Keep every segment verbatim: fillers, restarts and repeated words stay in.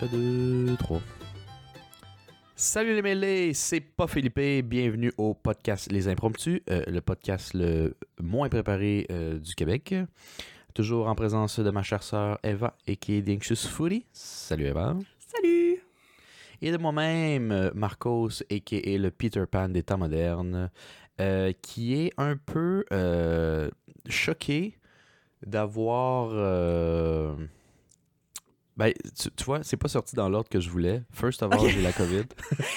Un, deux, trois. Salut les mêlés, c'est pas Philippe, bienvenue au podcast Les Impromptus, euh, le podcast le moins préparé euh, du Québec. Toujours en présence de ma chère sœur Eva, aka The Anxious Foodie. Salut Eva. Salut. Et de moi-même, Marcos, aka le Peter Pan des temps modernes, euh, qui est un peu euh, choqué d'avoir... Euh... Ben, tu, tu vois, c'est pas sorti dans l'ordre que je voulais. First of all, okay. J'ai la COVID.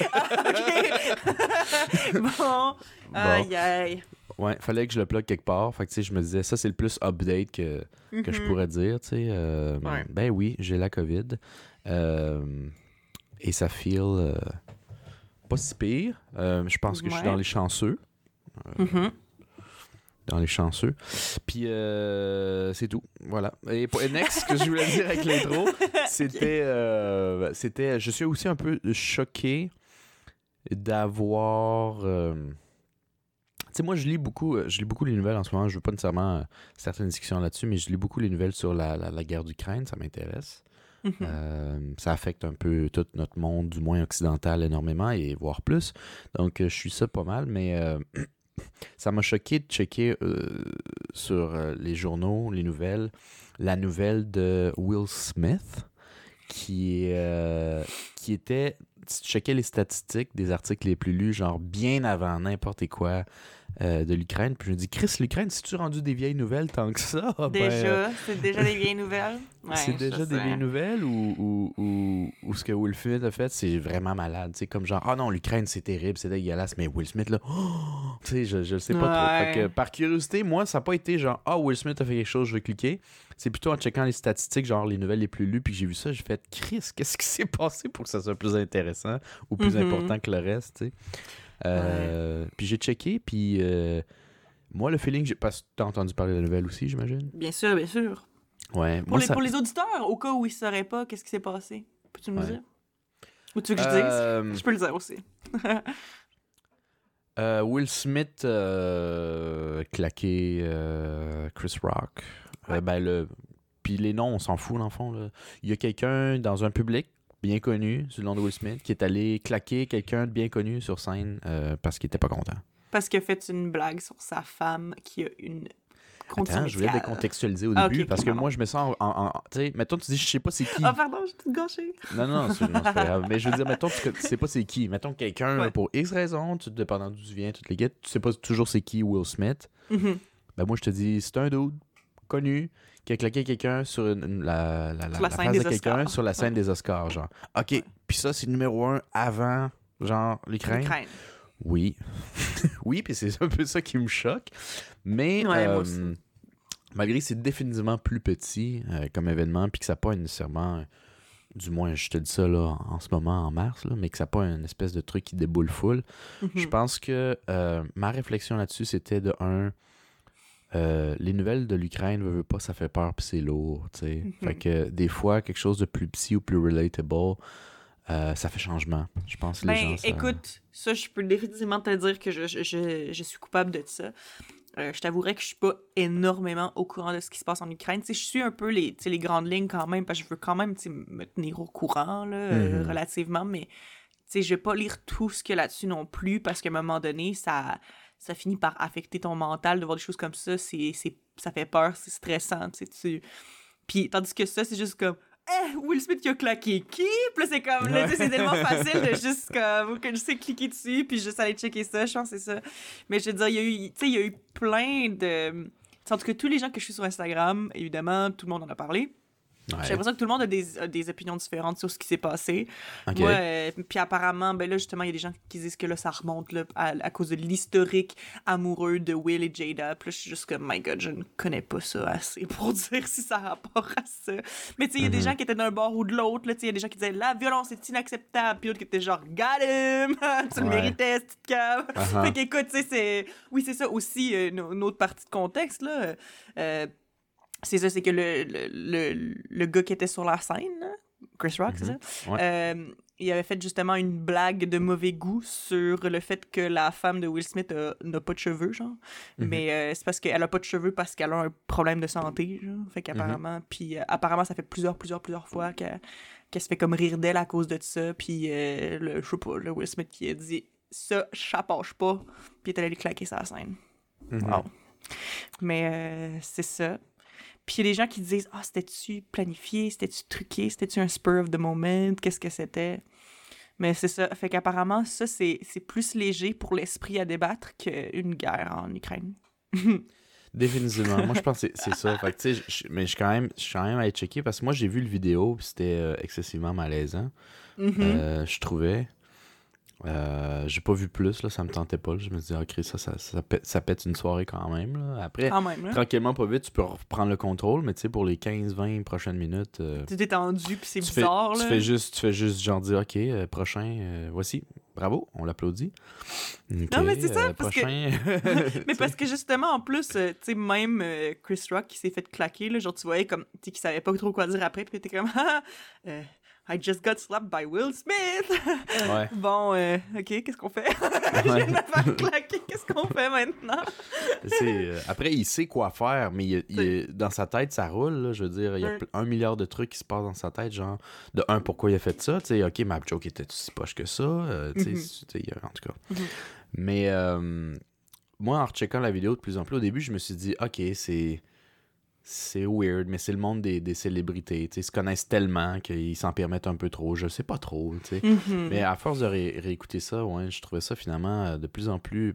OK. Bon. Aïe, aïe. Ouais, fallait que je le plug quelque part. Fait que, tu sais, je me disais, ça, c'est le plus update que, mm-hmm. que je pourrais dire, tu sais. Euh, ouais. Ben oui, j'ai la COVID. Euh, et ça feel euh, pas si pire. Euh, je pense que ouais. je suis dans les chanceux. Euh, mm-hmm. Dans les chanceux. Puis, euh, c'est tout. Voilà. Et pour next, ce que je voulais dire avec l'intro, c'était, euh, c'était... Je suis aussi un peu choqué d'avoir... Euh, tu sais, moi, je lis beaucoup je lis beaucoup les nouvelles en ce moment. Je veux pas nécessairement euh, certaines discussions là-dessus, mais je lis beaucoup les nouvelles sur la, la, la guerre d'Ukraine. Ça m'intéresse. Mm-hmm. Euh, ça affecte un peu tout notre monde, du moins occidental, énormément, et voire plus. Donc, euh, je suis ça pas mal, mais... Euh, ça m'a choqué de checker euh, sur euh, les journaux, les nouvelles, la nouvelle de Will Smith qui, euh, qui était... Tu checkais les statistiques des articles les plus lus, genre bien avant n'importe quoi euh, de l'Ukraine. Puis je me dis, Chris, l'Ukraine, si tu rendu des vieilles nouvelles tant que ça? Déjà, ben, c'est déjà des vieilles nouvelles. Ouais, c'est déjà des sais. vieilles nouvelles ou, ou, ou, ou ce que Will Smith a fait, c'est vraiment malade. Tu sais, comme genre, ah oh non, l'Ukraine, c'est terrible, c'est dégueulasse, mais Will Smith, là, oh! Tu sais, je, je sais pas ouais. trop. Fait que, par curiosité, moi, ça n'a pas été genre, ah, oh, Will Smith a fait quelque chose, je vais cliquer. C'est plutôt en checkant les statistiques, genre les nouvelles les plus lues, puis j'ai vu ça, j'ai fait, Chris, qu'est-ce qui s'est passé pour que ça soit plus intéressant ou plus mm-hmm. important que le reste, tu sais. Euh, ouais. Puis j'ai checké, puis euh, moi, le feeling, j'ai... parce que t'as entendu parler de la nouvelle aussi, j'imagine? Bien sûr, bien sûr. Ouais. Pour, moi, les, ça... pour les auditeurs, au cas où ils ne sauraient pas qu'est-ce qui s'est passé, peux-tu me ouais. dire? Ou tu veux que je euh... dise? Je peux le dire aussi. euh, Will Smith euh, claqué euh, Chris Rock. Ouais. Euh, ben, le... Puis les noms, on s'en fout, dans le fond. Là. Il y a quelqu'un dans un public bien connu, sous le nom de Will Smith, qui est allé claquer quelqu'un de bien connu sur scène euh, parce qu'il était pas content. Parce qu'il a fait une blague sur sa femme qui a une condition Attends, je voulais décontextualiser au ah, début okay, parce que pardon. moi, je me sens en... en, en tu sais, mettons, tu dis, je sais pas c'est qui. Ah, oh, pardon, j'ai tout gâché. Non, non, c'est, non, c'est pas grave. Mais je veux dire, mettons, tu, tu sais pas c'est qui. Mettons, quelqu'un, ouais. pour X raisons, tu, dépendant d'où tu viens, toutes les guettes, tu sais pas toujours c'est qui Will Smith. Mm-hmm. Ben moi, je te dis, c'est un dude connu qui a claqué quelqu'un sur une, une, la, la, la, la face de quelqu'un sur la scène ouais. des Oscars, genre. OK, ouais. Puis ça, c'est numéro un avant, genre, l'Ukraine. L'Ukraine. Oui. oui, puis c'est un peu ça qui me choque. Mais, ouais, euh, malgré que c'est définitivement plus petit euh, comme événement, puis que ça n'a pas nécessairement, euh, du moins, je te dis ça là, en ce moment, en mars, là, mais que ça n'a pas une espèce de truc qui déboule full, mm-hmm. je pense que euh, ma réflexion là-dessus, c'était de un... Euh, les nouvelles de l'Ukraine, veut, veut pas, ça fait peur puis c'est lourd, tu sais. Mm-hmm. Fait que des fois, quelque chose de plus petit ou plus relatable, euh, ça fait changement. Je pense que ben, les gens... Ça... écoute, ça, je peux définitivement te dire que je, je, je, je suis coupable de ça. Euh, je t'avouerais que je suis pas énormément au courant de ce qui se passe en Ukraine. T'sais, je suis un peu les, les grandes lignes quand même, parce que je veux quand même me tenir au courant, là, mm-hmm. euh, relativement, mais je vais pas lire tout ce qu'il y a là-dessus non plus, parce qu'à un moment donné, ça... ça finit par affecter ton mental de voir des choses comme ça, c'est, c'est, ça fait peur, c'est stressant, tu sais, tu... Puis, tandis que ça, c'est juste comme, eh, Will Smith qui a claqué qui? Puis là, c'est comme, là, c'est tellement facile de juste, comme, que je sais cliquer dessus, puis juste aller checker ça, je pense que c'est ça. Mais je veux dire, il y a eu, tu sais, il y a eu plein de... En tout cas, tous les gens que je suis sur Instagram, évidemment, tout le monde en a parlé. Ouais. J'ai l'impression que tout le monde a des, a des opinions différentes sur ce qui s'est passé. Okay. Moi, euh, puis apparemment, ben là, justement, il y a des gens qui disent que là, ça remonte là, à, à cause de l'historique amoureux de Will et Jada. Puis là, je suis juste comme, my God, je ne connais pas ça assez pour dire si ça a rapport à ça. Mais tu sais, il y a mm-hmm. des gens qui étaient d'un bord ou de l'autre. Il y a des gens qui disaient, la violence est inacceptable. Puis d'autres qui étaient genre, got him! Tu le ouais. méritais, cette cave. Uh-huh. Fait qu'écoute, tu sais, c'est... Oui, c'est ça aussi, euh, une autre partie de contexte, là. Euh, C'est ça, c'est que le, le, le, le gars qui était sur la scène, Chris Rock, mm-hmm. c'est ça? Ouais. Euh, il avait fait justement une blague de mauvais goût sur le fait que la femme de Will Smith a, n'a pas de cheveux, genre. Mm-hmm. Mais euh, c'est parce qu'elle a pas de cheveux parce qu'elle a un problème de santé, genre. Fait qu'apparemment... Mm-hmm. Puis euh, apparemment, ça fait plusieurs, plusieurs, plusieurs fois qu'elle, qu'elle se fait comme rire d'elle à cause de ça, puis euh, le, je sais pas, le Will Smith qui a dit « Ça, ça passe pas », puis il est allé lui claquer sa scène. Mm-hmm. Wow. Mais euh, c'est ça. Puis il y a des gens qui disent « Ah, c'était-tu planifié? C'était-tu truqué? C'était-tu un spur of the moment? Qu'est-ce que c'était? » Mais c'est ça. Fait qu'apparemment, ça, c'est, c'est plus léger pour l'esprit à débattre qu'une guerre en Ukraine. Définitivement. Moi, je pense que c'est, c'est ça. Fait que, tu sais, je- mais je suis quand même, je suis quand même allé checker parce que moi, j'ai vu le vidéo puis c'était euh, excessivement malaisant. Mm-hmm. Euh, je trouvais. Euh, j'ai pas vu plus, là, ça me tentait pas. Là. Je me disais, ok, ça, ça, ça, pète, ça pète une soirée quand même. Là. Après, Quand même, là. tranquillement, pas vite, tu peux reprendre le contrôle, mais tu sais, pour les quinze vingt prochaines minutes. Euh, Tu t'es tendu, puis c'est tu bizarre, fais, là. Tu fais juste, tu fais juste genre dire, ok, euh, prochain, euh, voici, bravo, on l'applaudit. Okay, non, mais c'est ça, euh, parce prochain... que... mais parce que justement, en plus, euh, tu sais, même euh, Chris Rock qui s'est fait claquer, là, genre, tu voyais comme, tu sais, qu'il savait pas trop quoi dire après, puis t'es comme, ah, euh, I just got slapped by Will Smith! Ouais. Bon, euh, ok, qu'est-ce qu'on fait? Je viens de me faire claquer, qu'est-ce qu'on fait maintenant? C'est, euh, après, il sait quoi faire, mais il, il, dans sa tête, ça roule. Là, je veux dire, il y a Ouais. un milliard de trucs qui se passent dans sa tête. Genre, de un, pourquoi il a fait ça? Tu sais, ok, ma joke était si poche que ça. Euh, tu sais, Mhm. tu sais, en tout cas. Mhm. Mais euh, moi, en recheckant la vidéo de plus en plus, au début, je me suis dit, ok, c'est. C'est weird, mais c'est le monde des, des célébrités. Ils se connaissent tellement qu'ils s'en permettent un peu trop. Je sais pas trop. tu sais. Mhm. Mais à force de ré- réécouter ça, ouais, je trouvais ça finalement euh, de plus en plus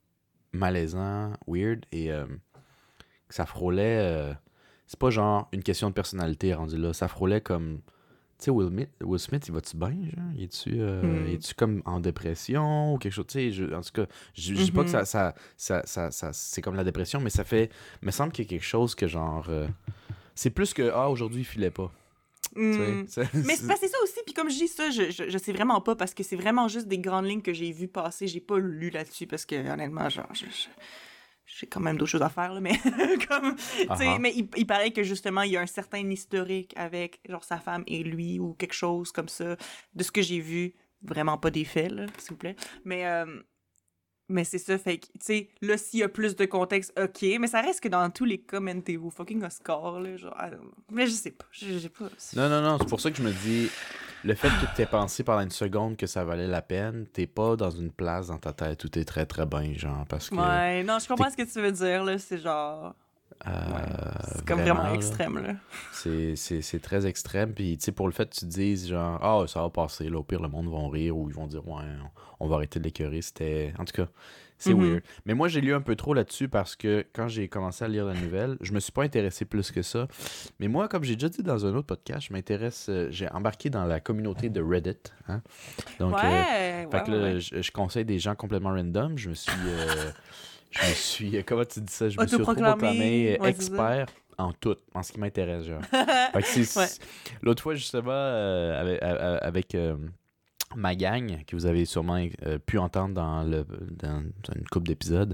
malaisant, weird, et euh, que ça frôlait. euh, c'est pas genre une question de personnalité rendu là. Ça frôlait comme. Tu sais, Will Smith, Will Smith, il va-tu bien, genre? Il est-tu, euh, Hmm. il est-tu comme en dépression ou quelque chose? Tu sais, je- en tout cas, je je dis pas que ça, Mhm. ça, ça, ça, ça- c'est comme la dépression, mais ça fait. Il me semble qu'il y a quelque chose que genre. euh, c'est plus que, ah, aujourd'hui, il filait pas. Tu sais, Hmm. c'est- Mais c'est c'est- parce que c'est ça aussi, puis comme je dis ça, je, je, je sais vraiment pas, parce que c'est vraiment juste des grandes lignes que j'ai vues passer, j'ai pas lu là-dessus, parce que honnêtement, genre, je- je- j'ai quand même d'autres choses à faire, là, mais comme, tu sais, Ah-ha. mais il, il paraît que justement, il y a un certain historique avec, genre, sa femme et lui, ou quelque chose comme ça, de ce que j'ai vu, vraiment pas des faits, là, s'il vous plaît, mais... euh, mais c'est ça, fait que, tu sais, là, s'il y a plus de contexte, ok, mais ça reste que dans tous les cas, man, t'es au fucking Oscar, là, genre, I don't know. Mais je sais pas, je- j'ai pas... Non, non, non, c'est pour ça que je me dis, le fait que tu aies pensé pendant une seconde que ça valait la peine, t'es pas dans une place dans ta tête où t'es très très bien, genre, parce que. Ouais, non, je comprends ce que tu veux dire, là, c'est genre... euh, C'est comme vraiment, là, extrême, là. C'est, c'est, c'est très extrême. Puis, tu sais, pour le fait que tu te dises, genre, ah, ça va passer, là, au pire, le monde va rire ou ils vont dire, ouais, on, on va arrêter de l'écœurer. C'était. En tout cas, c'est Mhm. weird. Mais moi, j'ai lu un peu trop là-dessus parce que quand j'ai commencé à lire la nouvelle, je me suis pas intéressé plus que ça. Mais moi, comme j'ai déjà dit dans un autre podcast, je m'intéresse, euh, j'ai embarqué dans la communauté de Reddit. Hein? Donc, euh, Ouais, fait ouais, que là, ouais. je, je conseille des gens complètement random. Je me suis. euh, je me suis. Comment tu dis ça? Je me suis Autoproclamé, autoproclamé euh, ouais, c'est ça. expert en tout, en ce qui m'intéresse, genre. Fait que c'est- Ouais. L'autre fois, justement, euh, avec, euh, avec euh, ma gang, que vous avez sûrement euh, pu entendre dans, le, dans, dans une couple d'épisodes,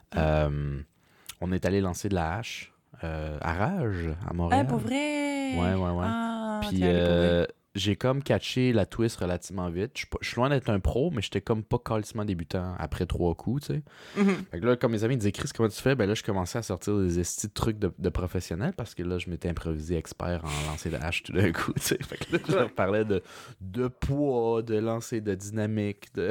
euh, on est allé lancer de la hache euh, à Rage, à Ah, Montréal. pour vrai? Ouais, ouais, ouais. Ah, Puis t'es allé pour vrai. euh, j'ai comme catché la twist relativement vite. Je suis pas- je suis loin d'être un pro, mais j'étais comme pas calissement débutant après trois coups, tu sais. Mhm. Fait que là, comme mes amis me disaient, Chris, comment tu fais? Ben là, je commençais à sortir des estis de trucs de, de professionnels parce que là, je m'étais improvisé expert en lancer de hache tout d'un coup, tu sais. Fait que là, je leur parlais de, de poids, de lancer de dynamique, de...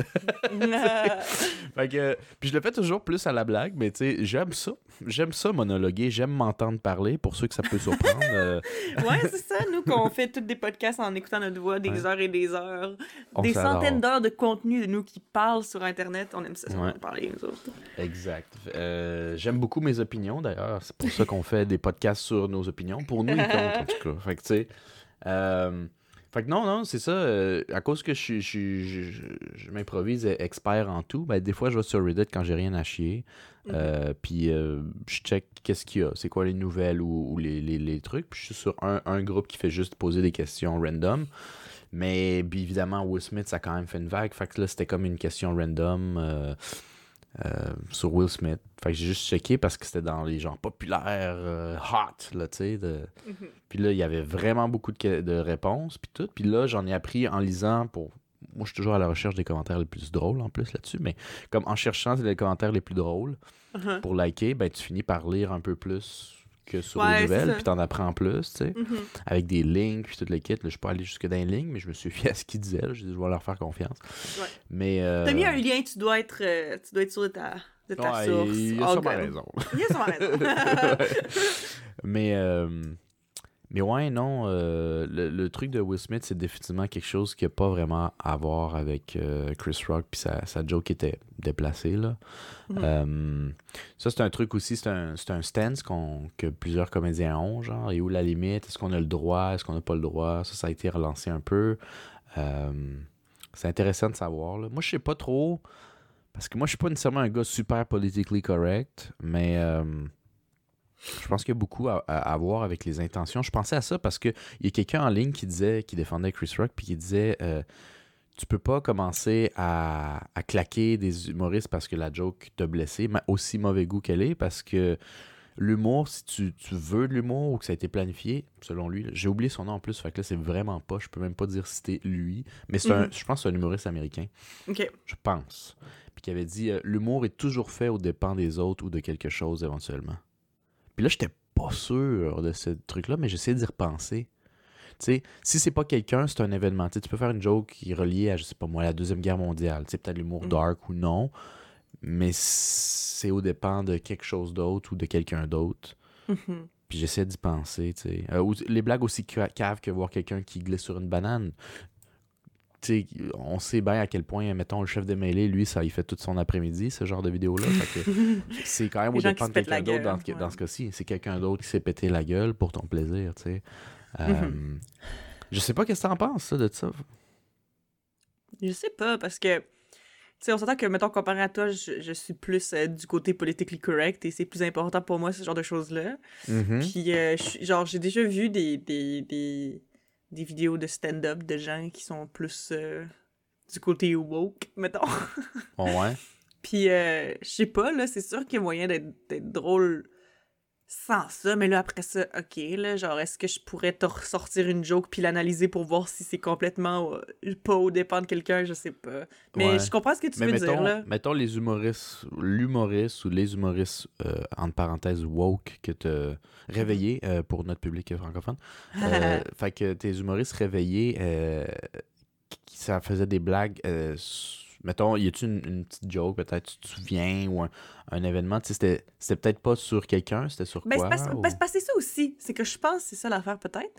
Fait que... Puis je le fais toujours plus à la blague, mais tu sais, j'aime ça. J'aime ça, monologuer. J'aime m'entendre parler, pour ceux que ça peut surprendre. euh, Ouais, c'est ça, nous, qu'on fait tous des podcasts en écoutant notre voix des Ouais. heures et des heures. On des s'adore. centaines d'heures de contenu de nous qui parlent sur Internet. On aime ça, ça, on Ouais. en parler, nous autres. Exact. Euh, j'aime beaucoup mes opinions, d'ailleurs. C'est pour ça qu'on fait des podcasts sur nos opinions. Pour nous, ils comptent, en tout cas. Fait que, tu sais... euh, Fait que non, non, c'est ça. euh, à cause que je, suis- je, suis- je, je, je m'improvise expert en tout, ben, des fois, je vais sur Reddit quand j'ai rien à chier. Euh, puis euh, je check qu'est-ce qu'il y a, c'est quoi les nouvelles ou, ou les, les, les trucs. Puis je suis sur un, un groupe qui fait juste poser des questions random. Mais puis, évidemment, Will Smith, ça a quand même fait une vague. Fait que là, c'était comme une question random euh, euh, sur Will Smith. Fait que j'ai juste checké parce que c'était dans les genres populaires, euh, hot, là, tu sais. De... Mhm. Puis là, il y avait vraiment beaucoup de, que- de réponses, puis tout. Puis là, j'en ai appris en lisant pour... Moi, je suis toujours à la recherche des commentaires les plus drôles, en plus, là-dessus. Mais comme en cherchant les commentaires les plus drôles Uh-huh. pour liker, ben, tu finis par lire un peu plus que sur Ouais, les c'est nouvelles, ça. puis t'en apprends plus, tu sais, Mhm. avec des links, puis tout le kit. Là, je suis pas allé jusque dans les lignes, mais je me suis fié à ce qu'ils disaient. là. J'ai dit, je vais leur faire confiance. Ouais. Mais. T'as mis Euh... un lien, tu dois être, euh, tu dois être sûr de ta, de ta ouais, source. il y a All sûrement good. raison. Il y a sûrement raison. Ouais. Mais. Euh... Mais ouais, non, euh, le, le truc de Will Smith, c'est définitivement quelque chose qui n'a pas vraiment à voir avec euh, Chris Rock puis sa, sa joke était déplacée, là. Mhm. Euh, ça, c'est un truc aussi, c'est un, c'est un stance qu'on, que plusieurs comédiens ont, genre, et où la limite, est-ce qu'on a le droit, est-ce qu'on n'a pas le droit, ça, ça a été relancé un peu. Euh, c'est intéressant de savoir, là. Moi, je sais pas trop, parce que moi, je suis pas nécessairement un gars super politically correct, mais... Euh, je pense qu'il y a beaucoup à, à, à voir avec les intentions. Je pensais à ça parce qu'il y a quelqu'un en ligne qui disait, qui défendait Chris Rock, puis qui disait euh, tu peux pas commencer à, à claquer des humoristes parce que la joke t'a blessé, mais aussi mauvais goût qu'elle est, parce que l'humour, si tu, tu veux de l'humour ou que ça a été planifié, selon lui, là, j'ai oublié son nom en plus, fait que là, c'est vraiment pas, je peux même pas dire si c'était lui, mais c'est un, Mhm. je pense que c'est un humoriste américain. OK. Je pense. Puis qui avait dit euh, l'humour est toujours fait aux dépens des autres ou de quelque chose éventuellement. Puis là, j'étais pas sûr de ce truc-là, mais j'essaie d'y repenser. Tu sais, si c'est pas quelqu'un, c'est un événement. Tu sais, tu peux faire une joke qui est reliée à, je sais pas moi, la Deuxième Guerre mondiale. Tu sais, peut-être l'humour Mhm. dark ou non, mais c'est au dépend de quelque chose d'autre ou de quelqu'un d'autre. Mhm. Puis j'essaie d'y penser, tu sais. Euh, ou- les blagues aussi ca- caves que voir quelqu'un qui glisse sur une banane. Tu sais, on sait bien à quel point, mettons, le chef de mêlée, lui, ça, il fait tout son après-midi, ce genre de vidéo-là. Fait que c'est quand même Les au gens qui dépend se de pètent la quelqu'un d'autre dans, gueule, dans ouais. ce cas-ci. C'est quelqu'un d'autre qui s'est pété la gueule pour ton plaisir, tu sais. Euh, Mhm. Je sais pas qu'est-ce que t'en penses, ça, de ça. Je sais pas, parce que, tu sais, on s'entend que, mettons, comparé à toi, je, je suis plus euh, du côté politically correct et c'est plus important pour moi, ce genre de choses-là. Mhm. Puis, euh, je suis- genre, j'ai déjà vu des, des, des, des vidéos de stand-up de gens qui sont plus euh, du côté woke, mettons. Oh, ouais. Puis, euh, je sais pas, là, c'est sûr qu'il y a moyen d'être d'être drôle sans ça, mais là, après ça, ok, là, genre, est-ce que je pourrais te ressortir une joke puis l'analyser pour voir si c'est complètement euh, pas au dépend de quelqu'un, je sais pas. Mais Ouais. je comprends ce que tu Mais veux mettons, dire, là. mettons les humoristes, l'humoriste ou les humoristes, euh, entre parenthèses, woke, que t'as réveillés euh, pour notre public francophone. Euh, fait que tes humoristes réveillés, euh, qui, ça faisait des blagues. Euh, s- mettons, y a-tu une, une petite joke, peut-être, tu te souviens, ou un, un événement, tu sais, c'était, c'était peut-être pas sur quelqu'un, c'était sur Ben, c'est quoi? parce, ou- ben, c'est parce que c'est ça aussi. C'est que je pense que c'est ça l'affaire, peut-être.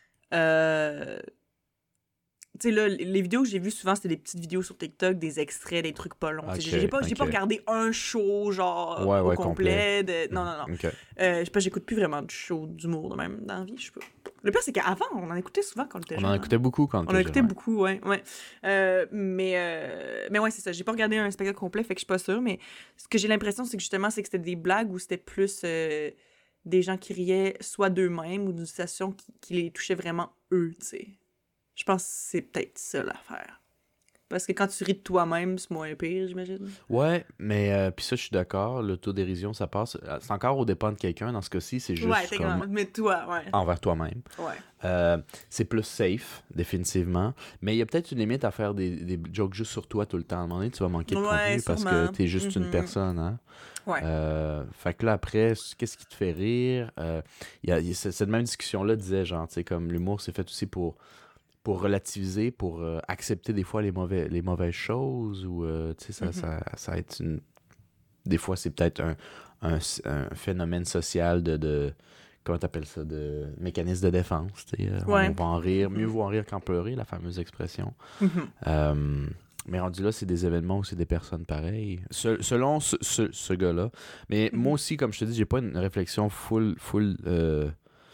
Euh... Tu sais, là, les vidéos que j'ai vues, souvent, c'était des petites vidéos sur TikTok, des extraits, des trucs pas longs. Tu sais, Ok, j'ai pas, j'ai pas ok. regardé un show, genre, Ouais, au ouais, complet. De... Non, non, non. Ok. Euh, je sais pas, j'écoute plus vraiment de show d'humour, de même, dans la vie, je sais pas. Le pire, c'est qu'avant, on en écoutait souvent quand on était On jeune. en hein. écoutait beaucoup quand on On en était écoutait jeune, ouais. beaucoup, ouais, ouais. Euh, mais, euh, mais ouais, c'est ça. J'ai pas regardé un spectacle complet, fait que je suis pas sûre. Mais ce que j'ai l'impression, c'est que justement, c'est que c'était des blagues où c'était plus euh, des gens qui riaient soit d'eux-mêmes ou d'une situation qui, qui les touchait vraiment eux, tu sais. Je pense que c'est peut-être ça l'affaire. Parce que quand tu ris de toi-même, c'est moins pire, j'imagine. Ouais, mais euh, puis ça, je suis d'accord, l'autodérision, ça passe. euh, C'est encore au dépend de quelqu'un. Dans ce cas-ci, c'est juste Ouais, t'es comme grand. Mais toi, ouais. envers toi-même. Ouais. Euh, c'est plus safe, définitivement. Mais il y a peut-être une limite à faire des, des jokes juste sur toi tout le temps. À un moment donné, tu vas manquer de Ouais, contenu parce que sûrement. t'es juste une Mhm. personne, hein. Ouais. Euh, fait que là, après, c- qu'est-ce qui te fait rire? Euh, il y a, il y a ce- cette même discussion-là disait, genre, tu sais, comme l'humour, c'est fait aussi pour, pour relativiser, pour euh, accepter des fois les, mauvais, les mauvaises choses, ou, euh, tu sais, ça, Mhm. ça, ça va être une... Des fois, c'est peut-être un, un, un phénomène social de... de comment t'appelles ça? De mécanisme de défense, tu sais. euh, Ouais. On va en rire, mieux Mhm. vaut en rire qu'en pleurer, la fameuse expression. Mhm. Euh, mais rendu là, c'est des événements où c'est des personnes pareilles. Se- selon ce, ce, ce gars-là. Mais Mhm. moi aussi, comme je te dis, j'ai pas une réflexion full, full, euh,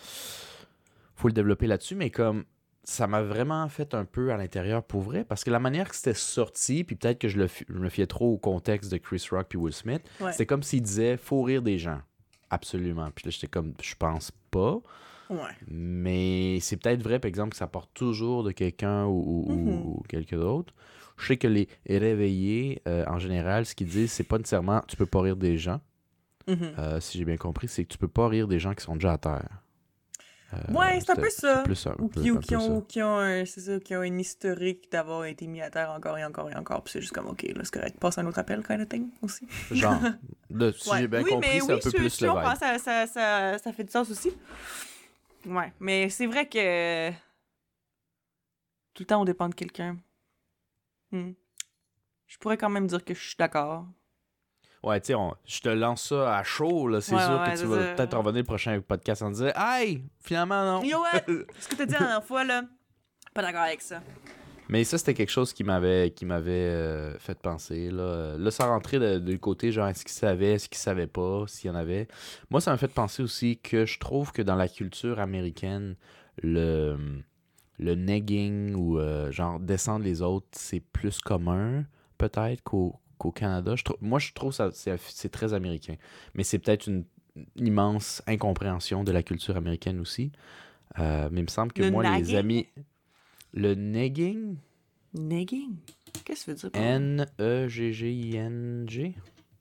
full développée là-dessus, mais comme ça m'a vraiment fait un peu à l'intérieur pour vrai, parce que la manière que c'était sorti, puis peut-être que je, le, fi- je me fiais trop au contexte de Chris Rock puis Will Smith, Ouais. c'était comme s'il disait « faut rire des gens ». Absolument. Puis là, j'étais comme « je pense pas ». Ouais. Mais c'est peut-être vrai, par exemple, que ça part toujours de quelqu'un ou, ou, Mhm. ou quelqu'un d'autre. Je sais que les réveillés, euh, en général, ce qu'ils disent, c'est pas nécessairement tu peux pas rire des gens. Mhm. Euh, si j'ai bien compris, c'est que tu peux pas rire des gens qui sont déjà à terre. Euh, ouais, c'est un peu ça. C'est plus un, Ou peu- qui, un ou peu qui ont, ça. ou qui ont un, c'est ça, qui ont un historique d'avoir été mis à terre encore et encore et encore. Puis c'est juste comme, OK, là, c'est correct. Passe à un autre appel, kind of thing, aussi. Genre, de, si Ouais. j'ai bien Oui, compris, mais c'est oui, un peu je, plus je le comprends, vibe. ça, ça, ça, ça fait du sens aussi. Ouais, mais c'est vrai que tout le temps, on dépend de quelqu'un. Hmm. Je pourrais quand même dire que je suis d'accord. Ouais, tu sais, on- je te lance ça à chaud, là. C'est Ouais, sûr ouais, que ouais, tu c'est vas ça. peut-être revenir le prochain podcast en disant Hey, finalement, non. You know what? Ce que t'as dit la dernière fois, là, pas d'accord avec ça. Mais ça, c'était quelque chose qui m'avait qui m'avait euh, fait penser. Là, Euh, là sans rentrer de, du côté, genre, est-ce qu'il savait, est-ce qu'il savait pas, s'il y en avait. Moi, ça m'a fait penser aussi que je trouve que dans la culture américaine, le, le negging ou euh, genre descendre les autres, c'est plus commun, peut-être, qu'au, qu'au Canada. Je trou- moi, je trouve ça c'est, c'est très américain. Mais c'est peut-être une, une immense incompréhension de la culture américaine aussi. Euh, mais il me semble que Le moi, les nagging? amis. Le negging. Negging? Qu'est-ce que ça veut dire? par là? N E G G I N G.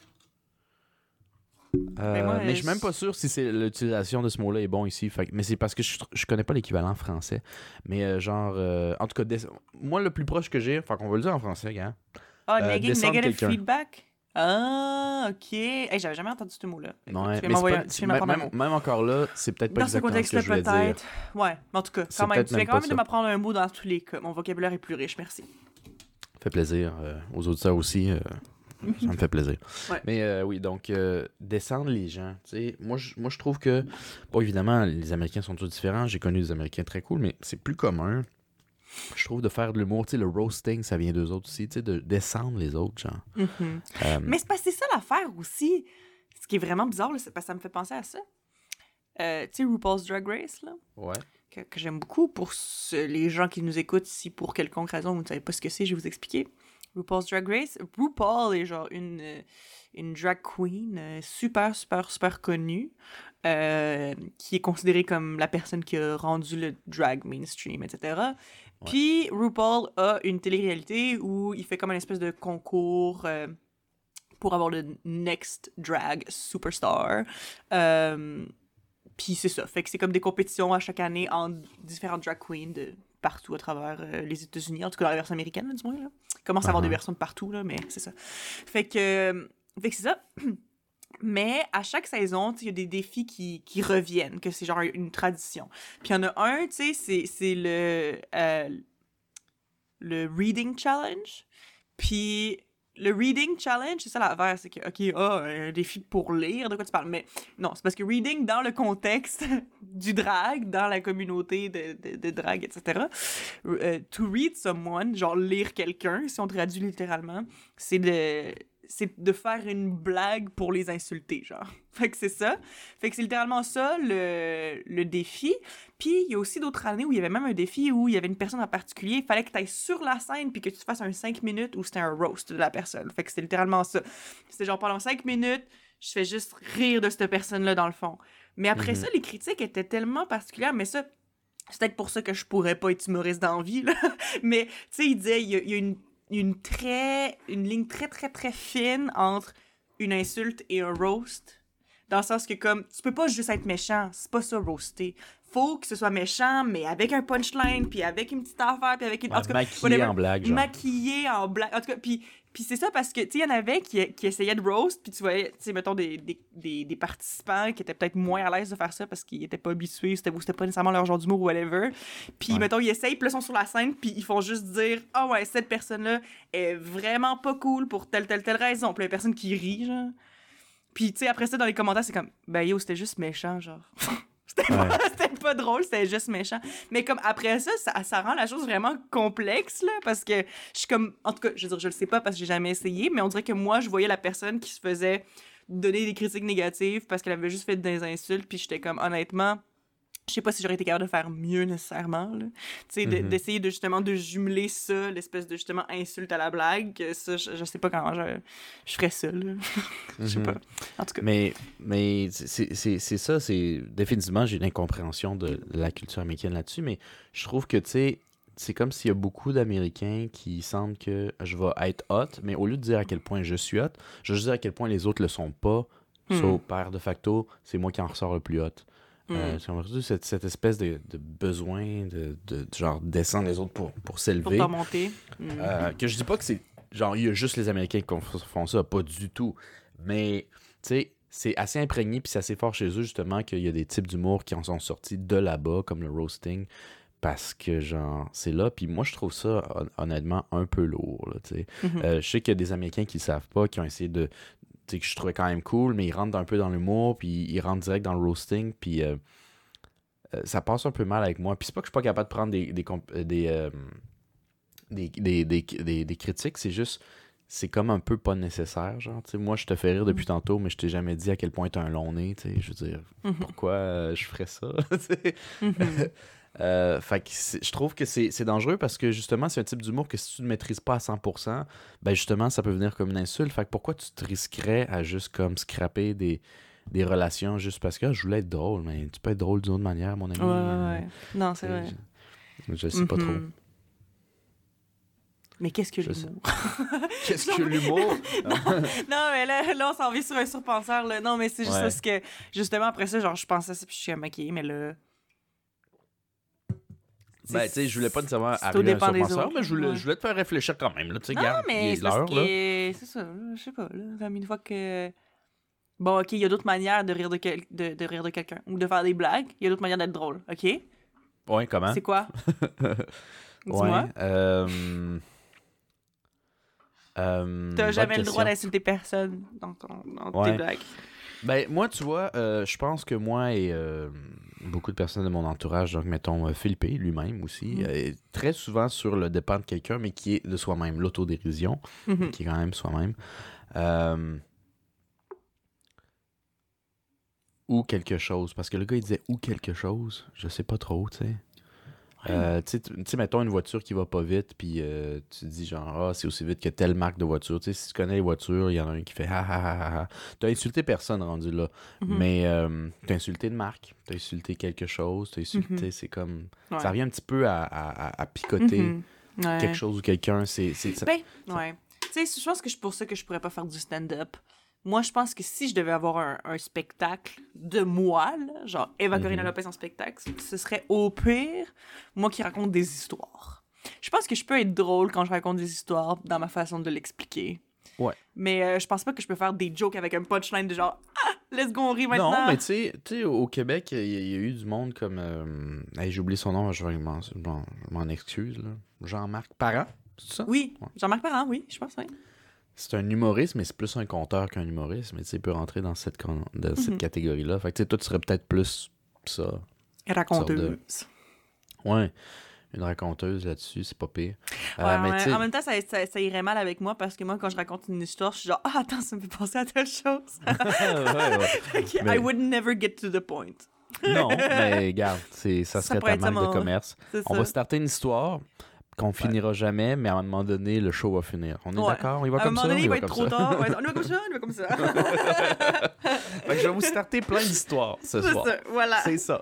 Euh, Ben, moi, mais je suis même je- pas sûr si c'est l'utilisation de ce mot-là est bon ici. Fait que- mais c'est parce que je, je connais pas l'équivalent français. Mais euh, genre, euh, en tout cas, des- moi le plus proche que j'ai, enfin qu'on va le dire en français, gars. Ah, Euh, negging, descendre negative quelqu'un. feedback? Ah, ok. Hey, j'avais jamais entendu ce mot-là. Écoute, Ouais, tu viens mais c'est m'envoyer pas, un- tu c'est- viens même, m'apprendre un même, mot. même encore là, c'est peut-être pas Dans ce exactement ce que contexte-là, je voulais dire. peut-être. Ouais, mais en tout cas, C'est quand même, peut-être tu viens même quand pas même de ça. m'apprendre un mot dans tous les cas. Mon vocabulaire est plus riche, merci. Ça fait plaisir euh, aux auditeurs aussi. euh, ça me fait plaisir. Ouais. Mais euh, oui, donc euh, descendre les gens. tu sais, Moi, je, moi, je trouve que, bon, évidemment, les Américains sont tous différents. J'ai connu des Américains très cool, mais c'est plus commun, je trouve, de faire de l'humour. Tu sais, le roasting, ça vient d'eux autres aussi. Tu sais, de descendre les autres, genre. Mhm. Euh, Mais c'est parce que c'est ça l'affaire aussi. Ce qui est vraiment bizarre, là, c'est parce que ça me fait penser à ça. Euh, tu sais, RuPaul's Drag Race, là, ouais. que, que j'aime beaucoup pour ce- les gens qui nous écoutent, si pour quelconque raison vous ne savez pas ce que c'est, je vais vous expliquer. RuPaul's Drag Race. RuPaul est genre une, euh, une drag queen euh, super, super, super connue, euh, qui est considérée comme la personne qui a rendu le drag mainstream, et cetera. Ouais. Puis RuPaul a une télé-réalité où il fait comme un espèce de concours euh, pour avoir le next drag superstar. Euh, Puis c'est ça. Fait que c'est comme des compétitions à chaque année entre différentes drag queens de partout à travers euh, les États-Unis, en tout cas dans la version américaine, là, du moins. Là. Il commence à avoir Uh-huh. des versions de partout, là, mais c'est ça. Fait que, euh, fait que c'est ça. Mais à chaque saison, il y a des défis qui, qui reviennent, que c'est genre une tradition. Puis il y en a un, tu sais, c'est, c'est le, euh, le Reading Challenge. Puis le Reading Challenge, c'est ça l'affaire, c'est que, OK, ah, un défi pour lire, de quoi tu parles? Mais non, c'est parce que reading, dans le contexte du drag, dans la communauté de, de, de drag, et cetera, euh, to read someone, genre lire quelqu'un, si on traduit littéralement, c'est de... c'est de faire une blague pour les insulter, genre. Fait que c'est ça. Fait que c'est littéralement ça, le, le défi. Puis, il y a aussi d'autres années où il y avait même un défi où il y avait une personne en particulier, il fallait que tu ailles sur la scène puis que tu fasses un cinq minutes où c'était un roast de la personne. Fait que c'était littéralement ça. C'était genre pendant cinq minutes, je fais juste rire de cette personne-là, dans le fond. Mais après Mhm. ça, les critiques étaient tellement particulières, mais ça, c'est peut-être pour ça que je pourrais pas être humoriste dans la vie, là. Mais, tu sais, il disait, il y a, il y a une une très une ligne très très très fine entre une insulte et un roast, dans le sens que comme tu peux pas juste être méchant, c'est pas ça roaster, faut que ce soit méchant mais avec un punchline puis avec une petite affaire puis avec une Ouais, en tout cas, maquillé whatever, en blague, genre. maquillé en blague, en tout cas, puis puis c'est ça parce que tu sais il y en avait qui, qui essayaient de roast puis tu voyais tu sais mettons des, des, des, des participants qui étaient peut-être moins à l'aise de faire ça parce qu'ils étaient pas habitués, c'était c'était pas nécessairement leur genre d'humour ou whatever, puis Ouais. mettons ils essayent puis là ils sont sur la scène puis ils font juste dire ah ouais cette personne là est vraiment pas cool pour telle telle telle raison, puis il y a personne qui rit genre, puis tu sais après ça dans les commentaires c'est comme ben yo c'était juste méchant genre C'était Ouais. pas, c'était pas drôle, c'était juste méchant. Mais comme après ça, ça, ça rend la chose vraiment complexe, là, parce que je suis comme... En tout cas, je veux dire, je le sais pas parce que j'ai jamais essayé, mais on dirait que moi, je voyais la personne qui se faisait donner des critiques négatives parce qu'elle avait juste fait des insultes, puis j'étais comme, honnêtement... Je sais pas si j'aurais été capable de faire mieux nécessairement, là. Tu sais, de- Mhm. d'essayer de justement de jumeler ça, l'espèce de justement insulte à la blague, que ça, je, je sais pas comment je, je ferais ça, là. Je sais Mhm. pas. En tout cas. Mais, mais c'est c'est- c'est ça, c'est définitivement, j'ai une incompréhension de la culture américaine là-dessus, mais je trouve que, tu sais, c'est comme s'il y a beaucoup d'Américains qui sentent que je vais être hot, mais au lieu de dire à quel point je suis hot, je vais juste dire à quel point les autres le sont pas. Hmm. So, par de facto, c'est moi qui en ressors le plus hot. Mm. Euh, j'ai perdu cette, cette espèce de, de besoin de, de, de genre descendre les autres pour, pour Pour s'élever. t'en monter. Mm. Euh, que je dis pas que c'est genre il y a juste les Américains qui font ça, pas du tout. Mais tu sais, c'est assez imprégné puis c'est assez fort chez eux justement qu'il y a des types d'humour qui en sont sortis de là-bas, comme le roasting, parce que genre c'est là. Puis moi je trouve ça hon- honnêtement un peu lourd. Là, tu sais. Mhm. Euh, je sais qu'il y a des Américains qui le savent pas, qui ont essayé de, tu sais, que je trouvais quand même cool, mais ils rentrent un peu dans l'humour, puis ils rentrent direct dans le roasting, puis euh, euh, ça passe un peu mal avec moi. Puis c'est pas que je suis pas capable de prendre des des comp- euh, des, euh, des, des, des, des- des critiques, c'est juste c'est comme un peu pas nécessaire, genre, tu sais, moi je te fais rire depuis tantôt, mais je t'ai jamais dit à quel point t'as un long nez, tu sais, je veux dire, Mhm. pourquoi euh, je ferais ça, tu sais? Mhm. Euh, fait que c'est- je trouve que c'est c'est dangereux parce que justement, c'est un type d'humour que si tu ne maîtrises pas à cent pour cent, ben justement, ça peut venir comme une insulte. Fait que pourquoi tu te risquerais à juste comme scraper des, des relations juste parce que ah, je voulais être drôle, mais tu peux être drôle d'une autre manière, mon ami. Ouais, ouais, Euh, ouais. Non, tu c'est sais, vrai. je, je sais pas trop. Mhm. Mais qu'est-ce que Je sais. l'humour? Qu'est-ce que l'humour? Non, mais là, là on s'en vient sur un surpenseur, là. Non, mais c'est juste Ouais. parce que, justement, après ça, genre, je pensais ça, puis je suis maquillée, mais là... Ben, tu sais, je voulais pas nécessairement c'est au arriver à un dépend des surpenseur, autres, mais je voulais, ouais. je voulais te faire réfléchir quand même. Là, tu sais, Non, regarde, il mais est c'est parce l'heure, là. que... C'est ça, là, je sais pas, là. Comme une fois que... Bon, OK, il y a d'autres manières de rire de, quel- de, de rire de quelqu'un, ou de faire des blagues. Il y a d'autres manières d'être drôle, OK? Ouais, comment? C'est quoi? Dis-moi. Ouais. Euh... Euh, T'as bonne jamais le droit question. d'insulter personne dans, ton, dans Ouais. tes blagues. Ben, moi, tu vois, euh, je pense que moi et euh, beaucoup de personnes de mon entourage, donc mettons euh, Philippe lui-même aussi, Mhm. euh, très souvent sur le dépend de quelqu'un, mais qui est de soi-même, l'autodérision, Mhm. qui est quand même soi-même. Euh, ou quelque chose, parce que le gars, il disait ou quelque chose, je sais pas trop, tu sais. Euh, tu sais, tu sais, mettons une voiture qui va pas vite, puis euh, tu dis genre, ah, c'est aussi vite que telle marque de voiture. Tu sais, si tu connais les voitures, il y en a un qui fait ha ha ha ha ha. T'as insulté personne rendu là, Mhm. mais euh, t'as insulté une marque, t'as insulté quelque chose, t'as insulté, Mhm. c'est comme. Ouais. Ça revient un petit peu à, à, à- à picoter Mhm. Ouais. quelque chose ou quelqu'un. C'est, c'est, ça- Ben, ouais. Tu sais, je pense que c'est pour ça que je pourrais pas faire du stand-up. Moi, je pense que si je devais avoir un, un spectacle de moi, là, genre Eva Corina Mhm. Lopez en spectacle, ce serait au pire moi qui raconte des histoires. Je pense que je peux être drôle quand je raconte des histoires dans ma façon de l'expliquer. Ouais. Mais euh, je pense pas que je peux faire des jokes avec un punchline de genre ah, let's go, on rit maintenant. Non, mais tu sais, tu sais, au Québec, il y, a- il y a eu du monde comme. Euh, hey, j'ai oublié son nom, je vais m'en, bon, je m'en excuse, là. Jean-Marc Parent, c'est ça? Oui, Ouais. Jean-Marc Parent, oui, je pense, oui. C'est un humoriste, mais c'est plus un conteur qu'un humoriste. Mais tu sais, il peut rentrer dans cette, con- dans cette Mhm. catégorie-là. Fait que tu sais, toi, tu serais peut-être plus ça. Raconteuse. Ouais, une raconteuse là-dessus, c'est pas pire. Euh, Ouais, mais ouais. tu sais, En même temps, ça, ça, ça irait mal avec moi parce que moi, quand je raconte une histoire, je suis genre, ah, attends, ça me fait penser à telle chose. ouais, ouais. Fait que Mais- I would never get to the point. non, mais regarde, c'est, ça Ça serait pourrait ta être ça, marque de mon- commerce. C'est On ça. va starter une histoire qu'on finira jamais, mais à un moment donné, le show va finir. On est Ouais. d'accord? Il va À un comme moment ça? donné, il va comme être trop ça. tard. On va être- on y va comme ça, on y va comme ça. Fait que je vais vous starter plein d'histoires ce C'est soir. ça, voilà. C'est ça.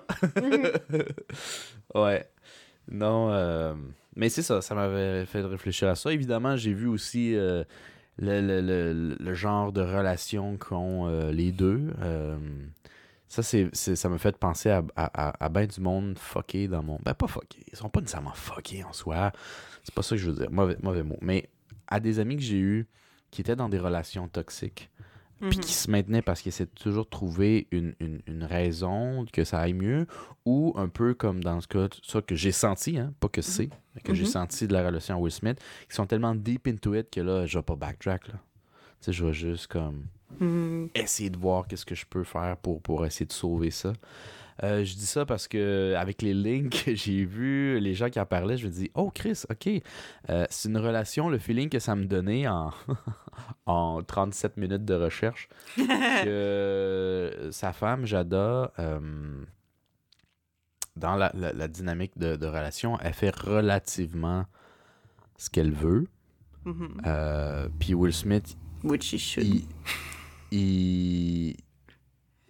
Ouais. Non, euh, mais c'est ça, ça m'avait fait réfléchir à ça. Évidemment, j'ai vu aussi euh, le, le, le, le genre de relation qu'ont euh, les deux. Euh, ça, c'est, c'est- ça m'a fait penser à, à, à, à ben du monde fucké dans mon... Ben, pas fucké. Ils sont pas nécessairement fuckés en soi. C'est pas ça que je veux dire. Mauvais, mauvais mot. Mais à des amis que j'ai eus qui étaient dans des relations toxiques, puis qui se maintenaient parce qu'ils essaient de toujours trouver une, une, une raison que ça aille mieux, ou un peu comme dans ce cas, ça que j'ai senti, hein, pas que c'est, mais que j'ai Mhm. senti de la relation à Will Smith, qui sont tellement deep into it que là, je vais pas backtrack, là. Tu sais, je vais juste comme Mhm. essayer de voir qu'est-ce que je peux faire pour, pour essayer de sauver ça. Euh, je dis ça parce que avec les links que j'ai vus, les gens qui en parlaient, je me dis, oh Chris, ok, euh, c'est une relation, le feeling que ça me donnait en, en trente-sept minutes de recherche, que euh, sa femme, Jada, euh, dans la, la- la dynamique de, de relation, elle fait relativement ce qu'elle veut. Mhm. Euh, Puis Will Smith, Which he should. il, il,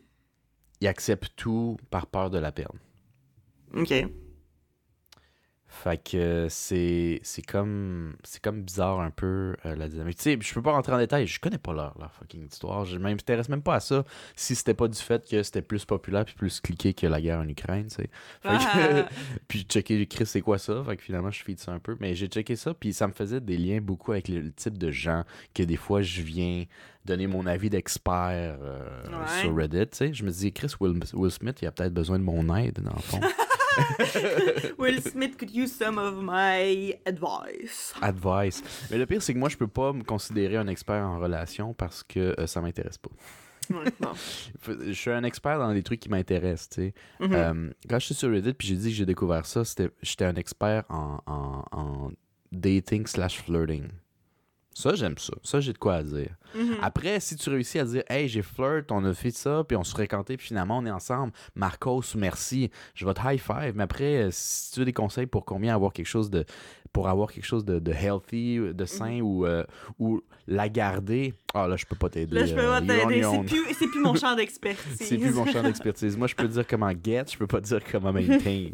il accepte tout par peur de la perdre. OK. Fait que euh, c'est c'est comme c'est comme bizarre un peu euh, la dynamique. Tu sais, je peux pas rentrer en détail, je connais pas leur, leur fucking histoire. Je m'intéresse même pas à ça si c'était pas du fait que c'était plus populaire puis plus cliqué que la guerre en Ukraine, tu sais. Fait que Ah. puis j'ai checké Chris c'est quoi ça, fait que finalement je feed ça un peu, mais j'ai checké ça puis ça me faisait des liens beaucoup avec le, le type de gens que des fois je viens donner mon avis d'expert euh, Ouais. sur Reddit, tu sais. Je me dis Chris Will, Will Smith, il a peut-être besoin de mon aide dans le fond. Will Smith could use some of my advice. Advice. Mais le pire, c'est que moi, je peux pas me considérer un expert en relation parce que euh, ça m'intéresse pas. Ouais, bon. Je suis un expert dans les trucs qui m'intéressent, tu sais. Mhm. Euh, quand je suis sur Reddit puis j'ai dit que j'ai découvert ça, c'était j'étais un expert en, en, en dating slash flirting. Ça, j'aime ça. Ça, j'ai de quoi à dire. Mhm. Après, si tu réussis à dire « Hey, j'ai flirt, on a fait ça, puis on se fréquentait, puis finalement, on est ensemble. Marcos, merci. Je vais te high five. » Mais après, euh, si tu veux des conseils pour combien avoir quelque chose de... pour avoir quelque chose de, de healthy, de sain, Mhm. ou, euh, ou la garder, ah là, je peux pas t'aider. Là, je peux euh, pas you're on t'aider. your C'est own. plus, c'est plus mon champ d'expertise. C'est plus mon champ d'expertise. Moi, je peux te dire comment get, je peux pas te dire comment maintain.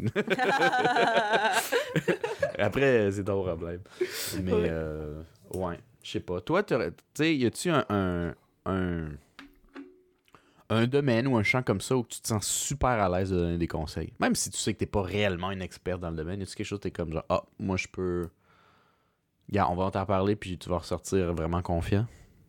Après, c'est ton problème. Mais, Ouais. euh, ouais, je sais pas. Toi, tu sais, y a-tu un, un, un, un domaine ou un champ comme ça où tu te sens super à l'aise de donner des conseils? Même si tu sais que t'es pas réellement une experte dans le domaine, y a-tu quelque chose où t'es comme genre, ah, moi, je peux. Gars, on va t'en parler, puis tu vas ressortir vraiment confiant?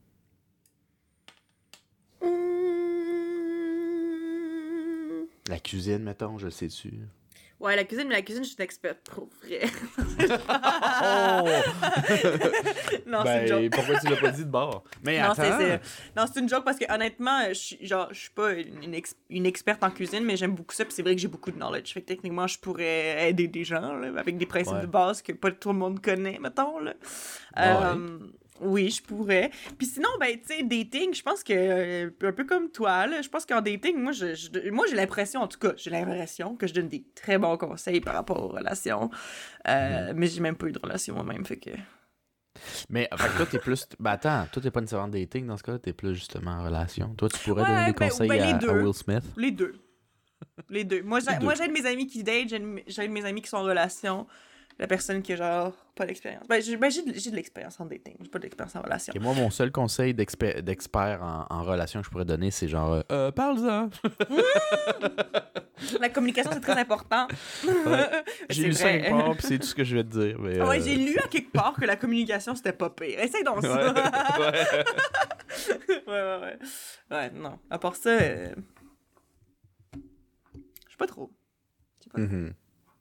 Hum. La cuisine, mettons, je le sais-tu. Ouais, la cuisine, mais la cuisine, je suis une experte pour vrai. Oh! Non, c'est une Ben, joke. pourquoi tu l'as pas dit de bord? Mais Non, attends! c'est, c'est- non, c'est une joke parce que honnêtement, je suis genre je suis pas une, ex- une experte en cuisine, mais j'aime beaucoup ça, puis c'est vrai que j'ai beaucoup de knowledge. Fait que techniquement, je pourrais aider des gens là, avec des principes Ouais. de base que pas tout le monde connaît, mettons là. Ah Euh, oui, je pourrais. Puis sinon, ben, tu sais, dating, je pense que, euh, un peu comme toi, là, je pense qu'en dating, moi, je, je- moi, j'ai l'impression, en tout cas, j'ai l'impression que je donne des très bons conseils par rapport aux relations. Euh, Mais j'ai même pas eu de relation moi-même, fait que... Mais fait que toi, t'es plus. Ben attends, toi, t'es pas nécessairement dating dans ce cas-là, t'es plus justement en relation. Toi, tu pourrais donner Ouais, des ben- conseils ben, les à, deux. à Will Smith. Les deux. Les deux. Moi, j'ai, Les deux. moi, j'aide mes amis qui datent, j'aide, j'aide mes amis qui sont en relation. La personne qui a genre pas d'expérience. Ben, j'ai, ben, j'ai, de, j'ai de l'expérience en dating, j'ai pas d'expérience en relation. Et moi, mon seul conseil d'expert, d'expert en, en relation que je pourrais donner, c'est genre, euh, euh, parle-en. La communication, c'est très important. Ouais. J'ai C'est lu ça vrai. quelque part, puis c'est tout ce que je vais te dire. Mais, Ah ouais, euh, j'ai lu à quelque part que la communication, c'était pas pire. Essaye donc ça. Ouais, ouais. ouais, ouais, ouais. Ouais, non. À part ça, euh... je sais pas trop. Je sais pas trop. Mhm.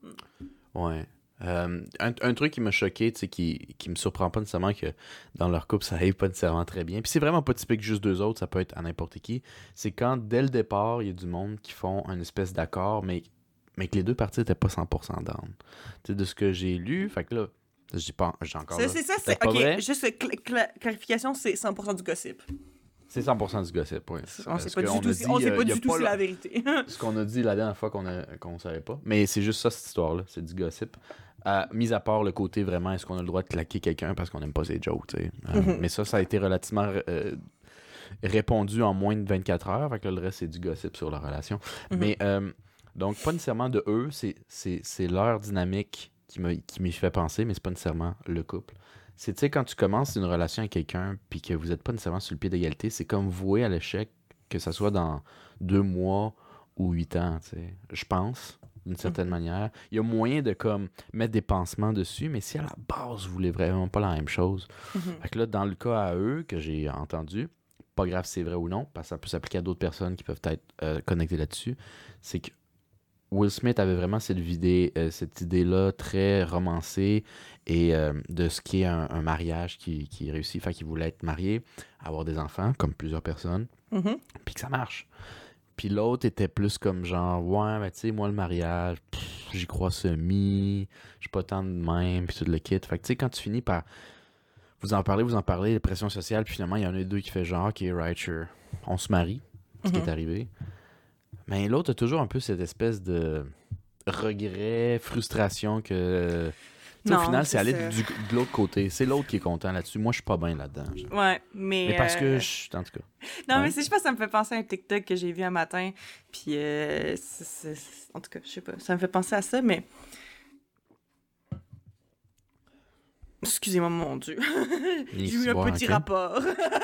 Ouais. Euh, un, un truc qui m'a choqué, tu sais, qui, qui me surprend pas nécessairement que dans leur couple, ça arrive pas nécessairement très bien. Puis c'est vraiment pas typique juste deux autres, ça peut être à n'importe qui. C'est quand, dès le départ, il y a du monde qui font une espèce d'accord, mais, mais que les deux parties étaient pas cent pour cent down. Tu sais, de ce que j'ai lu, fait que là, je dis pas, j'ai encore C'est, là. c'est ça, C'est c'est. pas Ok, vrai? juste cl- cl- clarification, c'est cent pour cent du gossip. C'est cent pour cent du gossip, oui. On sait Ce pas du qu'on tout, a si- dit, on sait euh, pas il y a du tout pas si le- la vérité. Ce qu'on a dit la dernière fois qu'on a, qu'on savait pas. Mais c'est juste ça, cette histoire-là. C'est du gossip. Euh, mis à part le côté vraiment, est-ce qu'on a le droit de claquer quelqu'un parce qu'on n'aime pas ses jokes, tu sais. Euh, Mhm. Mais ça, ça a été relativement euh, répondu en moins de vingt-quatre heures. Fait que là, le reste, c'est du gossip sur la relation. Mhm. Mais euh, donc, pas nécessairement de eux, c'est, c'est, c'est leur dynamique qui, me, qui m'y fait penser, mais c'est pas nécessairement le couple. C'est, tu sais, quand tu commences une relation avec quelqu'un puis que vous n'êtes pas nécessairement sur le pied d'égalité, c'est comme voué à l'échec, que ça soit dans deux mois ou huit ans, tu sais. Je pense, d'une certaine Mhm. manière. Il y a moyen de comme mettre des pansements dessus, mais si à la base, vous voulez vraiment pas la même chose. Mhm. Fait que là, dans le cas à eux, que j'ai entendu, pas grave si c'est vrai ou non, parce que ça peut s'appliquer à d'autres personnes qui peuvent être euh, connectées là-dessus, c'est que Will Smith avait vraiment cette, vidée, euh, cette idée-là très romancée et euh, de ce qui est un, un mariage qui, qui réussit. Fait qu'il voulait être marié, avoir des enfants, comme plusieurs personnes, Mhm. puis que ça marche. Puis l'autre était plus comme genre, ouais, mais tu sais, moi, le mariage, pff, j'y crois semi, j'ai pas tant de même, puis tout le kit. Fait que tu sais, quand tu finis par vous en parler, vous en parler, les pressions sociales, puis finalement, il y en a deux qui fait genre, ok, right, sure, on se marie, ce qui Mhm. est arrivé. Mais l'autre a toujours un peu cette espèce de regret, frustration que. Tu sais, au Non, final, c'est c'est aller ça. du- de l'autre côté. C'est l'autre qui est content là-dessus. Moi, je suis pas bien là-dedans. genre. Ouais, mais. Mais parce euh, que je. En tout cas. Non, Ouais. mais c'est, je sais pas, ça me fait penser à un TikTok que j'ai vu un matin. Puis, euh, c'est- c'est- en tout cas, je sais pas, ça me fait penser à ça, mais. Excusez-moi, mon Dieu. Il J'ai eu un boit, petit ok. rapport.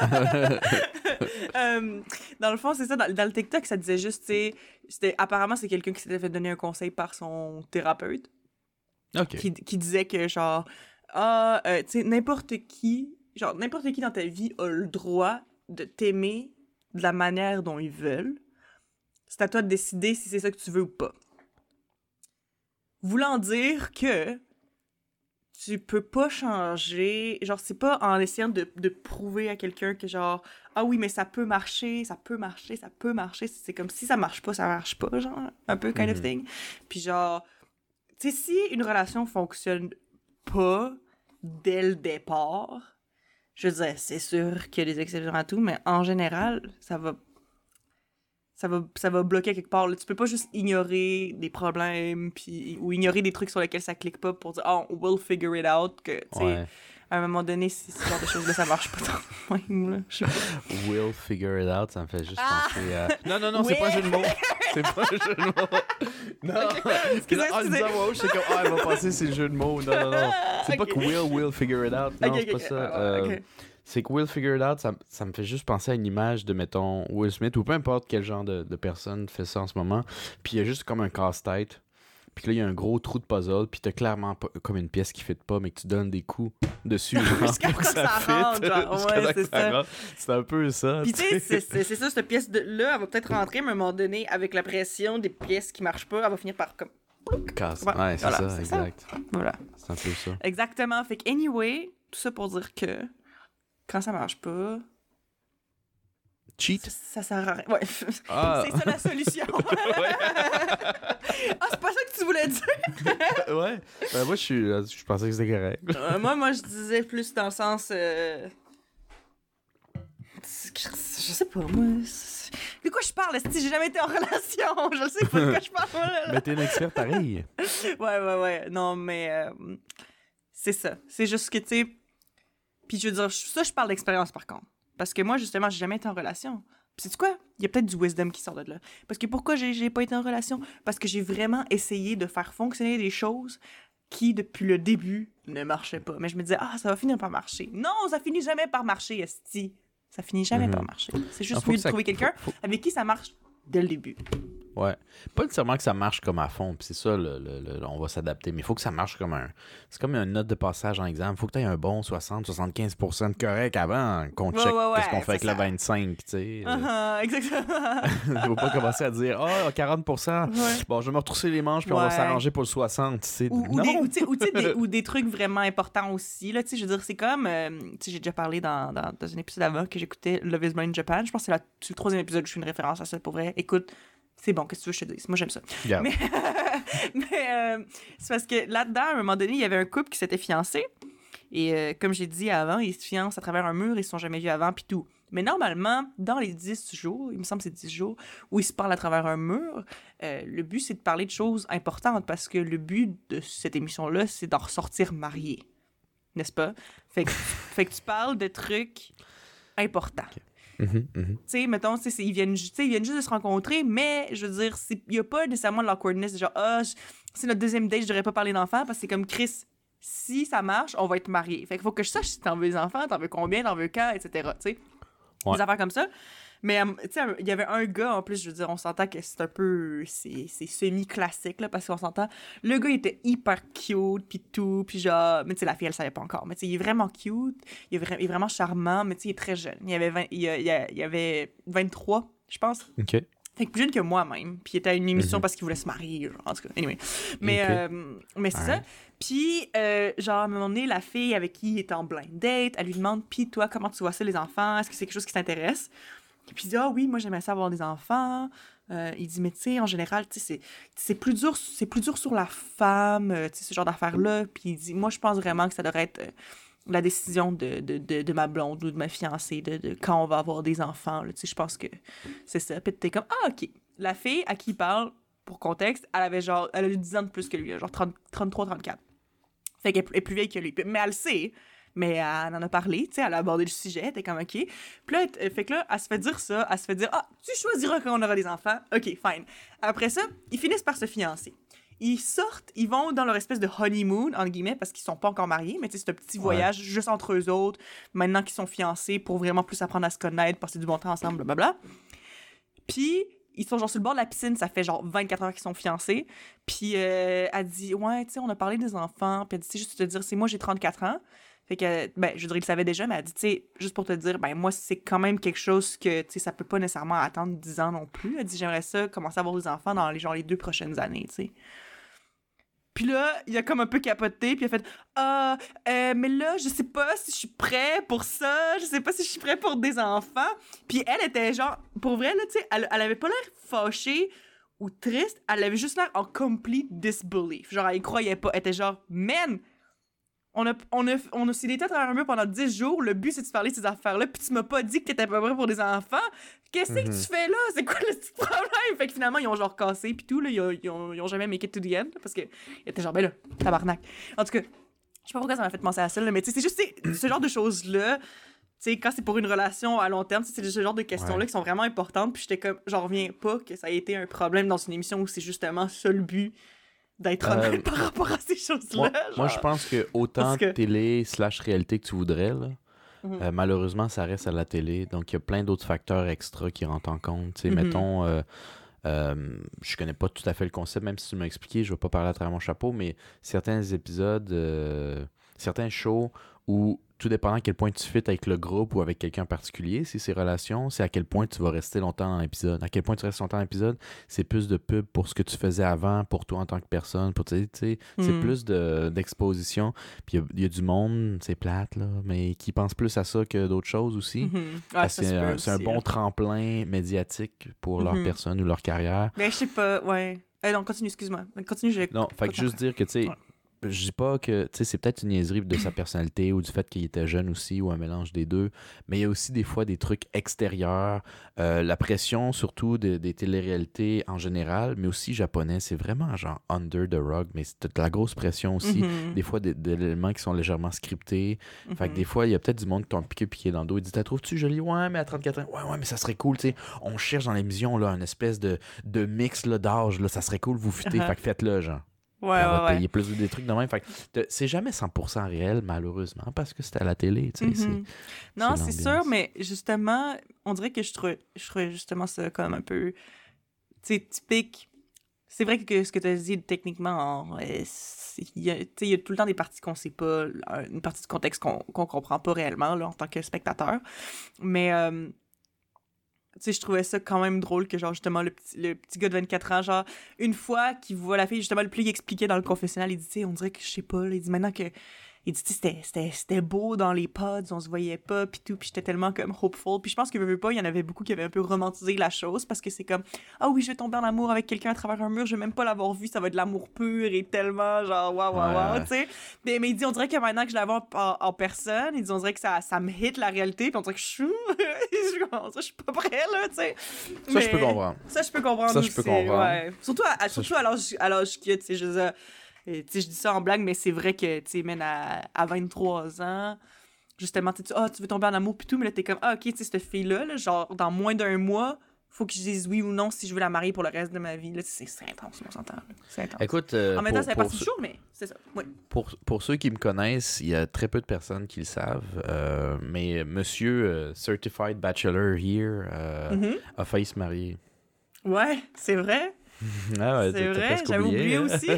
Euh, dans le fond, c'est ça. Dans, dans le TikTok, ça disait juste, tu sais, c'était- apparemment, c'est quelqu'un qui s'était fait donner un conseil par son thérapeute OK. qui, qui disait que, genre, ah, euh, tu sais, n'importe qui, genre, n'importe qui dans ta vie a le droit de t'aimer de la manière dont ils veulent. C'est à toi de décider si c'est ça que tu veux ou pas. Voulant dire que tu peux pas changer, genre c'est pas en essayant de, de prouver à quelqu'un que genre ah oui mais ça peut marcher, ça peut marcher, ça peut marcher, c'est comme si ça marche pas, ça marche pas, genre un peu kind of Mhm. thing. Puis genre tu sais si une relation fonctionne pas dès le départ, je veux dire c'est sûr qu'il y a des exceptions à tout, mais en général ça va ça va, ça va bloquer quelque part. Là. Tu peux pas juste ignorer des problèmes puis, ou ignorer des trucs sur lesquels ça clique pas pour dire « Oh, we'll figure it out ». Que, tu sais, Ouais. à un moment donné, si ce genre de choses-là, ça marche pas tant de même, là. Je sais pas. We'll figure it out, ça me fait juste Ah! penser à... Non, non, non, c'est Oui. pas un jeu de mots. C'est pas un jeu de mots. Non. Excusez, En excusez. disant wow, je sais comme, ah, elle va passer, c'est le jeu de mots. Non, non, non. C'est pas Ok. que will, will figure it out. Non, Ok, c'est ok, pas ça. ok. Euh, Ok. C'est que will figure it out, ça, ça me fait juste penser à une image de, mettons, Will Smith ou peu importe quel genre de, de personne fait ça en ce moment. Puis il y a juste comme un casse-tête. Puis là, il y a un gros trou de puzzle. Puis t'as clairement pas, comme une pièce qui fit pas, mais que tu donnes des coups dessus genre, Jusqu'à pour que temps ça, que ça fit. rentre, genre. Jusqu'à Ouais, temps que c'est ça. rentre. C'est un peu ça. Puis tu sais, c'est- c'est c'est ça, cette pièce-là, elle va peut-être rentrer, mais à un moment donné, avec la pression des pièces qui marchent pas, elle va finir par comme... Casse. Ouais, Ouais, c'est voilà, ça, c'est ça. exact. Voilà. C'est un peu ça. Exactement. Fait que anyway, tout ça pour dire que quand ça marche pas, Cheat. ça, ça sert à rien. Ouais. Ah. C'est ça la solution. Ah, c'est pas ça que tu voulais dire. Ouais. Ben, moi, je, suis, je pensais que c'était correct. Euh, moi, moi, je disais plus dans le sens. euh, Je sais pas, moi. c'est- De quoi je parle? Si j'ai jamais été en relation, je sais pas de quoi je parle. moi, là. Mais t'es une experte pareil. Ouais, ouais, ouais. Non, mais euh, c'est ça. C'est juste que, tu sais. Puis je veux dire, ça, je parle d'expérience par contre. Parce que moi, justement, j'ai jamais été en relation. Puis sais-tu quoi? Il y a peut-être du wisdom qui sort de là. Parce que pourquoi j'ai, j'ai pas été en relation? Parce que j'ai vraiment essayé de faire fonctionner des choses qui, depuis le début, ne marchaient pas. Mais je me disais, ah, ça va finir par marcher. Non, ça finit jamais par marcher, esti. Ça finit jamais Mhm. par marcher. C'est juste Ah, faut mieux que de ça- trouver quelqu'un faut- faut- avec qui ça marche dès le début. Ouais. Pas nécessairement que ça marche comme à fond, puis c'est ça, le, le- le- on va s'adapter, mais il faut que ça marche comme un... C'est comme une note de passage en examen. Il faut que tu aies un bon soixante à soixante-quinze pour cent de correct avant qu'on Ouais, check ouais, ouais, qu'est-ce qu'on fait avec c'est le ça. vingt-cinq, tu sais. Uh-huh, exactement. Il faut pas commencer à dire « Ah, quarante pour cent, Ouais. bon, je vais me retrousser les manches, puis on va Ouais. s'arranger pour le soixante. » Tu sais, Ou, ou non! des, ou, tu sais- ou, tu sais, des, ou des trucs vraiment importants aussi. Là, tu sais, je veux dire, c'est comme... euh, tu sais, j'ai déjà parlé dans, dans, dans un épisode avant que j'écoutais Love is Blind Japan. Je pense que c'est, la, c'est le troisième épisode où je fais une référence à ça. Pour vrai, écoute, c'est bon, qu'est-ce que tu veux que je te dise? Moi, j'aime ça. Regarde. Mais, mais euh, c'est parce que là-dedans, à un moment donné, il y avait un couple qui s'était fiancé. Et euh, comme j'ai dit avant, ils se fiancent à travers un mur, ils se sont jamais vus avant, puis tout. Mais normalement, dans les dix jours, il me semble que c'est dix jours, où ils se parlent à travers un mur, euh, le but, c'est de parler de choses importantes, parce que le but de cette émission-là, c'est d'en ressortir marié. N'est-ce pas? Fait que, fait que tu parles de trucs importants. Mhm, mhm. Tu sais, mettons, tu sais, c'est- ils viennent, ju- tu sais, ils viennent juste de se rencontrer, mais je veux dire, il n'y a pas nécessairement de l'awkwardness de genre, ah, je- c'est notre deuxième date, je devrais pas parler d'enfants, parce que c'est comme Chris, si ça marche, on va être mariés. Fait qu'il faut que je sache si t'en veux des enfants, t'en veux combien, t'en veux quand, et cetera. Tu sais, Ouais. des affaires comme ça. Mais, euh, tu sais, il y avait un gars, en plus, je veux dire, on s'entend que c'est un peu, c'est c'est semi-classique, là, parce qu'on s'entend, le gars, il était hyper cute, puis tout, puis genre, mais tu sais, la fille, elle savait pas encore, mais tu sais, il est vraiment cute, il est, vra- il est vraiment charmant, mais tu sais, il est très jeune. Il avait, vingt il, a- il, a- il avait vingt-trois, je pense. OK. Fait que plus jeune que moi-même. Puis il était à une émission Mhm. parce qu'il voulait se marier, genre, en tout cas. Anyway. Mais, Ok. euh, mais c'est Alright. ça. Puis, euh, genre, à un moment donné, la fille avec qui il était en blind date, elle lui demande, puis toi, comment tu vois ça, les enfants? Est-ce que c'est quelque chose qui t'intéresse? Puis il dit, ah oui, moi, j'aimerais ça avoir des enfants. Euh, il dit, mais tu sais, en général, tu sais, c'est- c'est plus dur, c'est plus dur sur la femme, euh, tu sais, ce genre d'affaires-là. Puis il dit, moi, je pense vraiment que ça devrait être euh, la décision de, de, de, de ma blonde ou de ma fiancée, de, de quand on va avoir des enfants. Là, tu sais, je pense que c'est ça. Puis t'es comme, ah, OK. La fille à qui il parle, pour contexte, elle avait genre, elle a eu dix ans de plus que lui, genre trente, trente-trois, trente-quatre. Fait qu'elle est plus vieille que lui. Mais elle le sait. Mais elle en a parlé, tu sais, elle a abordé le sujet, elle était comme OK. Puis là, elle- fait que là, elle se fait dire ça, elle se fait dire ah, tu choisiras quand on aura des enfants. OK, fine. Après ça, ils finissent par se fiancer. ils sortent, ils vont dans leur espèce de honeymoon, entre guillemets, parce qu'ils sont pas encore mariés, mais tu sais, c'est un petit voyage ouais. juste entre eux autres, maintenant qu'ils sont fiancés, pour vraiment plus apprendre à se connaître, passer du bon temps ensemble, blablabla. Puis, ils sont genre sur le bord de la piscine, ça fait genre vingt-quatre heures qu'ils sont fiancés. Puis, euh, elle dit, ouais, tu sais, on a parlé des enfants. Puis, elle dit, tu sais, juste te dire, c'est moi, j'ai trente-quatre ans. Fait que, ben, je dirais, il le savait déjà, mais elle dit, tu sais, juste pour te dire, ben, moi, c'est quand même quelque chose que, tu sais, ça peut pas nécessairement attendre dix ans non plus. Elle dit, j'aimerais ça commencer à avoir des enfants dans les, genre, les deux prochaines années, tu sais. Puis là, il a comme un peu capoté, puis il a fait « Ah, euh, mais là, je sais pas si je suis prêt pour ça, je sais pas si je suis prêt pour des enfants. » Puis elle était genre, pour vrai, là, tu sais, elle, elle avait pas l'air fâchée ou triste, elle avait juste l'air en complete disbelief. Genre, elle y croyait pas. Elle était genre « Man, on a, on a, on a s'est à travers un mur pendant dix jours, le but c'est de se parler de ces affaires-là, puis tu m'as pas dit que t'étais pas prêt pour des enfants. Qu'est-ce mm-hmm. que tu fais là? C'est quoi le petit problème? » Fait que finalement, ils ont genre cassé, puis tout, là, ils ont, ils, ont, ils ont jamais make it to the end, là, parce que ils étaient genre, ben là, tabarnak. En tout cas, je sais pas pourquoi ça m'a fait penser à ça, là, mais tu sais, c'est juste ce genre de choses-là, tu sais, quand c'est pour une relation à long terme, c'est ce genre de questions-là ouais. qui sont vraiment importantes, puis j'étais comme, j'en reviens pas que ça ait été un problème dans une émission où c'est justement ça le but. D'être honnête euh, par rapport à ces choses-là. Moi, genre. moi je pense que autant que... télé slash réalité que tu voudrais, là, mm-hmm. euh, malheureusement, ça reste à la télé. Donc, il y a plein d'autres facteurs extra qui rentrent en compte. Tu sais, mm-hmm. mettons, euh, euh, je connais pas tout à fait le concept, même si tu m'as expliqué, je vais pas parler à travers mon chapeau, mais certains épisodes, euh, certains shows où tout dépendant à quel point tu fites avec le groupe ou avec quelqu'un en particulier, si c'est relations, c'est à quel point tu vas rester longtemps dans l'épisode. À quel point tu restes longtemps dans l'épisode, c'est plus de pub pour ce que tu faisais avant, pour toi en tant que personne, pour tu sais, mm. c'est plus de, d'exposition. Puis il y, y a du monde, c'est plate, là, mais qui pense plus à ça que d'autres choses aussi. Mm-hmm. Ouais, c'est un, c'est un bon hein. tremplin médiatique pour mm-hmm. leur personne ou leur carrière. Mais je sais pas, ouais. Eh non, continue, excuse-moi. Continue, j'ai... Non, fait que juste dire que, tu sais... Ouais. Je dis pas que, tu sais, c'est peut-être une niaiserie de sa personnalité ou du fait qu'il était jeune aussi ou un mélange des deux, mais il y a aussi des fois des trucs extérieurs, euh, la pression surtout de, des téléréalités en général, mais aussi japonais, c'est vraiment genre under the rug, mais c'est de la grosse pression aussi, mm-hmm. des fois des, des éléments qui sont légèrement scriptés, mm-hmm. fait que des fois il y a peut-être du monde qui t'ont piqué piqué dans le dos et dit « T'as trouves-tu joli? Ouais, mais à trente-quatre ans, ouais, ouais, mais ça serait cool, tu sais, on cherche dans l'émission là, une espèce de, de mix là, d'âge, là, ça serait cool vous fitter, uh-huh. fait que faites-le, genre. » Ouais, on ouais, va ouais. payer plus de des trucs de même. Fait que c'est jamais cent pour cent réel, malheureusement, parce que c'était à la télé. Tu sais, mm-hmm. c'est, non, c'est, c'est sûr, mais justement, on dirait que je trouve, je trouve justement ça comme un peu typique. C'est vrai que ce que tu as dit, techniquement, il y, y a tout le temps des parties qu'on sait pas, une partie du contexte qu'on, qu'on comprend pas réellement là, en tant que spectateur. Mais. Euh, tu sais, je trouvais ça quand même drôle que, genre, justement, le petit, le petit gars de vingt-quatre ans, genre, une fois qu'il voit la fille, justement, le plus il expliquait dans le confessionnal, il dit, tu sais, on dirait que, je sais pas, là, il dit maintenant que, il dit, tu sais, c'était, c'était, c'était beau dans les pods, on se voyait pas, pis tout, pis j'étais tellement, comme, hopeful, pis je pense que, veux, veux pas, il y en avait beaucoup qui avaient un peu romantisé la chose, parce que c'est comme, ah oui, je vais tomber en amour avec quelqu'un à travers un mur, je vais même pas l'avoir vu, ça va être de l'amour pur et tellement, genre, waouh, waouh, waouh, tu sais. Mais, mais il dit, on dirait que maintenant que je la vois en, en personne, il dit, on dirait que ça, ça me hit la réalité, pis on dirait que je suis, je suis pas prêt, là, tu sais. Ça, mais, je peux comprendre. Ça, je peux comprendre Ça, aussi, je peux comprendre. Ouais. Surtout à, à, surtout à l'âge, à l'âge qu'il y a, tu sais, je veux dire, tu sais, je dis ça en blague, mais c'est vrai que, tu sais, même à, à vingt-trois ans, justement, tu sais, ah, tu veux tomber en amour pis tout, mais là, t'es comme, ah, ok, tu sais, cette fille-là, là, genre, dans moins d'un mois, faut que je dise oui ou non si je veux la marier pour le reste de ma vie. Là, c'est, c'est intense, on s'entend. C'est intense. Écoute, euh, en même temps, c'est pour, partie du show, mais c'est ça. Oui. Pour, pour ceux qui me connaissent, il y a très peu de personnes qui le savent, euh, mais monsieur euh, Certified Bachelor here euh, mm-hmm. a failli se marier. Ouais, c'est vrai. Ah ouais, c'est vrai, j'avais oublié hein? aussi.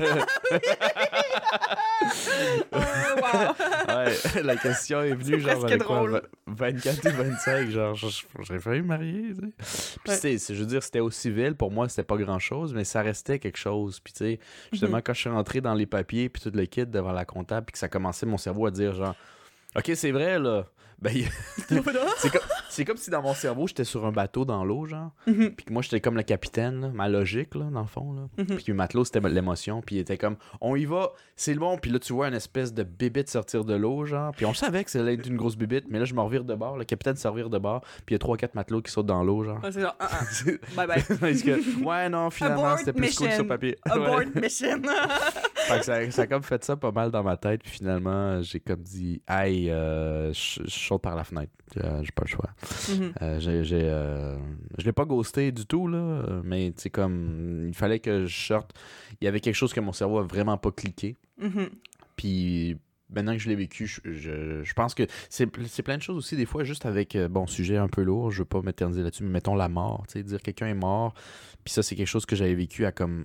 Oh, wow. Ouais, la question est venue c'est genre avec drôle. quoi, vingt-quatre ou vingt-cinq, genre j'aurais failli me marier, tu sais. Puis ouais. c'est, je veux dire, c'était au civil, pour moi c'était pas grand-chose, mais ça restait quelque chose. Puis tu sais, justement mm-hmm. quand je suis rentré dans les papiers puis tout le kit devant la comptable puis que ça commençait mon cerveau à dire genre OK, c'est vrai là. Ben, c'est, comme, c'est comme si dans mon cerveau, j'étais sur un bateau dans l'eau, genre. Mm-hmm. Puis que moi, j'étais comme le capitaine, là, ma logique, là, dans le fond. Là. Mm-hmm. Puis que le matelot, c'était l'émotion. Puis il était comme, on y va, c'est le bon. Puis là, tu vois une espèce de bébite sortir de l'eau, genre. Puis on savait que c'était une grosse bébite. Mais là, je me revire de bord. Le capitaine se revire de bord. Puis il y a trois quatre matelots qui sautent dans l'eau, genre. Ouais, c'est genre, uh-uh. Bye bye. Parce que, ouais, non, finalement, Abort c'était plus mission. cool sur papier. Abort ouais. mission. Fait que ça, ça a comme fait ça pas mal dans ma tête. Puis finalement, j'ai comme dit, hey, euh, je, je saute par la fenêtre. Euh, j'ai pas le choix. Mm-hmm. Euh, j'ai, j'ai, euh, je l'ai pas ghosté du tout, là. Mais tu sais, comme, il fallait que je sorte. Il y avait quelque chose que mon cerveau a vraiment pas cliqué. Mm-hmm. Puis maintenant que je l'ai vécu, je, je, je pense que c'est, c'est plein de choses aussi, des fois, juste avec, euh, bon, sujet un peu lourd, je veux pas m'éterniser là-dessus, mais mettons la mort, tu sais, dire quelqu'un est mort, puis ça, c'est quelque chose que j'avais vécu à comme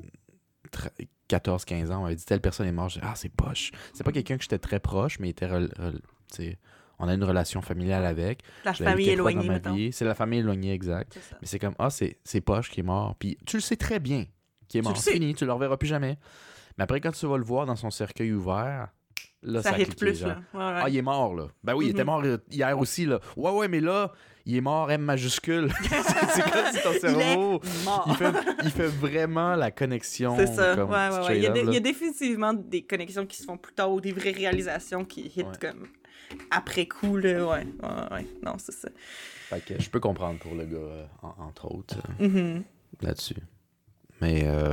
quatorze quinze ans, on m'avait dit telle personne est morte, j'ai dit, ah, c'est poche. C'est pas quelqu'un que j'étais très proche, mais il était, rel- rel- tu sais, on a une relation familiale avec. La Je l'avais famille vu quelques fois éloignée, dans ma mettons. vie. C'est la famille éloignée, exact. C'est ça. Mais c'est comme, ah, c'est, c'est poche qui est mort, puis tu le sais très bien qui est Tu mort, le c'est sais. fini, tu le reverras plus jamais. Mais après, quand tu vas le voir dans son cercueil ouvert, là, ça, Ça a hit cliqué, plus, genre. là. Ouais, ouais. Ah, il est mort, là. Ben oui, il était Mhm. mort euh, hier aussi, là. Ouais, ouais, mais là, il est mort M majuscule. c'est comme si ton cerveau, Il est mort. il fait, il fait vraiment la connexion. C'est ça. Comme Ouais, ouais, ouais. straight Il y, a up, des- là. il y a définitivement des connexions qui se font plus tard ou des vraies réalisations qui hit Ouais. comme après coup, là. Ouais, ouais, ouais. Non, c'est ça. Fait que je peux comprendre pour le gars, euh, en- entre autres, euh, Mhm. là-dessus. Mais, euh,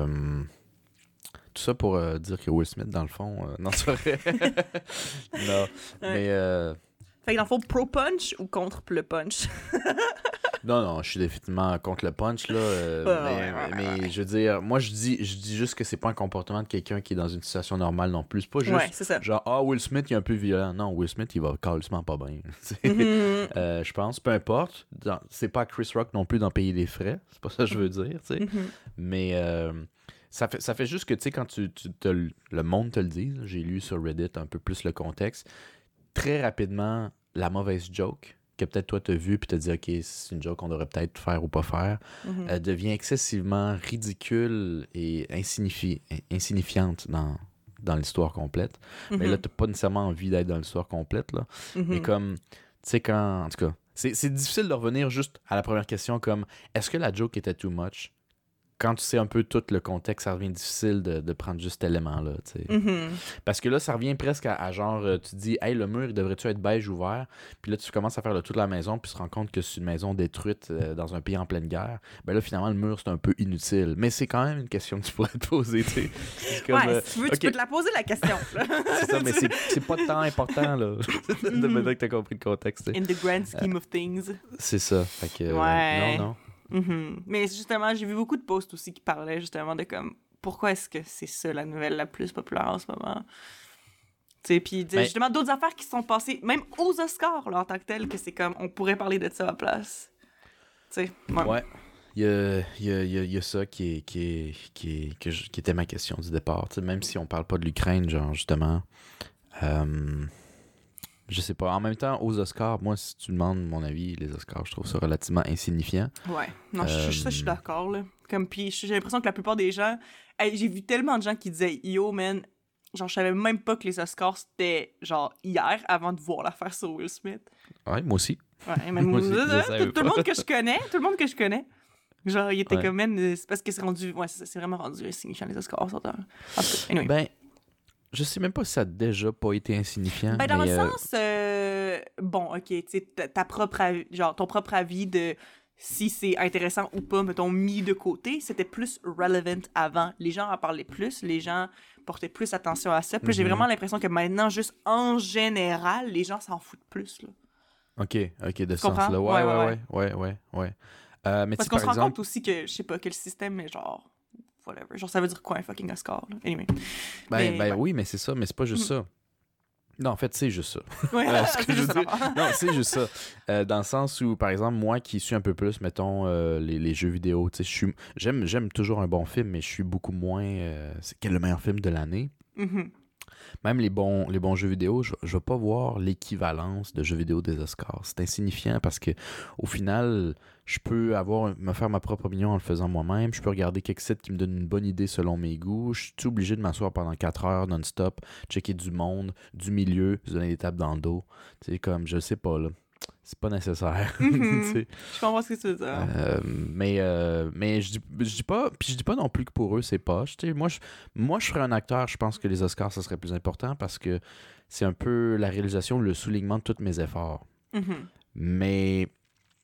tout ça pour euh, dire que Will Smith, dans le fond, euh, non, c'est vrai. non, mais... euh, Fait que dans le fond, pro-punch ou contre le punch? Non, non, je suis définitivement contre le punch, là. euh, Ouais, mais ouais, ouais, mais ouais. je veux dire, moi, je dis, je dis juste que c'est pas un comportement de quelqu'un qui est dans une situation normale non plus. C'est pas juste Ouais, c'est ça. genre, ah, Will Smith, il est un peu violent. Non, Will Smith, il va calmement pas bien. C'est- Mhm. euh, je pense, peu importe. Dans- c'est pas Chris Rock non plus d'en payer les frais. C'est pas ça que je veux dire, tu sais. Mhm. Mais euh, ça, fait, ça fait juste que, tu sais, quand tu, tu te le le monde te le dit, là, j'ai lu sur Reddit un peu plus le contexte, très rapidement, la mauvaise joke que peut-être toi t'as vu puis t'as dit ok c'est une joke qu'on devrait peut-être faire ou pas faire Mhm. euh, devient excessivement ridicule et insignifi- insignifiante dans, dans l'histoire complète. Mais là t'as pas nécessairement envie d'être dans l'histoire complète là. Mhm. Mais comme tu sais quand en tout cas c'est, c'est difficile de revenir juste à la première question comme est-ce que la joke était too much? Quand tu sais un peu tout le contexte, ça devient difficile de, de prendre juste cet élément-là, tu sais. Mhm. Parce que là, ça revient presque à, à genre, euh, tu te dis, hey, le mur, il devrait-tu être beige ou vert? Puis là, tu commences à faire le tour de la maison, puis tu te rends compte que c'est une maison détruite euh, dans un pays en pleine guerre. Ben là, finalement, le mur, c'est un peu inutile. Mais c'est quand même une question que tu pourrais te poser, tu sais. C'est comme, Ouais, euh, si tu veux, ok, tu peux te la poser la question. là. c'est ça, mais c'est, c'est pas tant important, là. de maintenant que t'as compris le contexte, tu sais. In the grand scheme of things. C'est ça. Fait que, euh, Ouais. non, non. Mhm. Mais justement, j'ai vu beaucoup de posts aussi qui parlaient justement de comme pourquoi est-ce que c'est ça la nouvelle la plus populaire en ce moment. Tu sais, puis Ben- justement d'autres affaires qui sont passées, même aux Oscars là, en tant que tel, que c'est comme on pourrait parler de ça à la place. Tu sais, ouais. Ouais. Il y a, il y a- il y a- il y a ça qui, est, qui, est, qui, est- que je- qui était ma question du départ. Tu sais, même si on parle pas de l'Ukraine, genre, justement. euh, je sais pas. En même temps, aux Oscars, moi, si tu demandes mon avis, les Oscars, je trouve ça relativement insignifiant. Ouais. Non, je, je- ça, je suis Euh, d'accord là. Comme puis j'ai l'impression que la plupart des gens, hey, j'ai vu tellement de gens qui disaient yo man, genre je savais même pas que les Oscars c'était genre hier avant de voir l'affaire sur Will Smith. Ouais, moi aussi. Ouais, même Moi aussi, je tout, savais tout le pas. monde que je connais, tout le monde que je connais. Genre, il était Ouais. comme, man, euh, c'est parce que c'est rendu. Ouais, c'est, c'est vraiment rendu insignifiant les Oscars. Ça, en tout cas, anyway. Ben, Ben, je sais même pas si ça a déjà pas été insignifiant. Ben, dans mais, le euh, sens. euh, bon, ok, tu sais, ta, ta propre avis, genre, ton propre avis de si c'est intéressant ou pas, mettons, mis de côté, c'était plus relevant avant. Les gens en parlaient plus, les gens portaient plus attention à ça. Puis là, j'ai Mhm. vraiment l'impression que maintenant, juste en général, les gens s'en foutent plus, là. Ok, ok, de ce comprends? sens-là. Ouais, Ouais, ouais, ouais, ouais, ouais, ouais, ouais. Euh, mais tu Parce sais, qu'on par se rend exemple, compte aussi que, je sais pas, que le système est genre. Whatever. Genre, ça veut dire quoi un fucking Oscar, là? Anyway. ben, mais, ben ouais. oui, mais c'est ça, mais c'est pas juste ça. Non, en fait, c'est juste ça. Ouais, Euh, ce c'est que je juste veux ça, dire- non, c'est juste ça. Euh, dans le sens où, par exemple, moi qui suis un peu plus, mettons, euh, les, les jeux vidéo, tu sais, je suis- j'aime, j'aime toujours un bon film, mais je suis beaucoup moins. euh, c'est quel est le meilleur film de l'année? Mhm. Même les bons, les bons jeux vidéo, je ne vais pas voir l'équivalence de jeux vidéo des Oscars. C'est insignifiant parce que au final, je peux avoir me faire ma propre opinion en le faisant moi-même. Je peux regarder quelques sites qui me donnent une bonne idée selon mes goûts. Je suis obligé de m'asseoir pendant quatre heures non-stop, checker du monde, du milieu, se donner des tapes dans le dos. Tu sais, comme, je sais pas, là. C'est pas nécessaire. Mhm. Tu sais. Je comprends ce que tu veux dire. Euh, mais euh, mais je dis je dis pas puis je dis pas non plus que pour eux c'est poche. Tu sais, moi je moi je ferais un acteur, je pense que les Oscars ça serait plus important parce que c'est un peu la réalisation, le soulignement de tous mes efforts. Mhm. Mais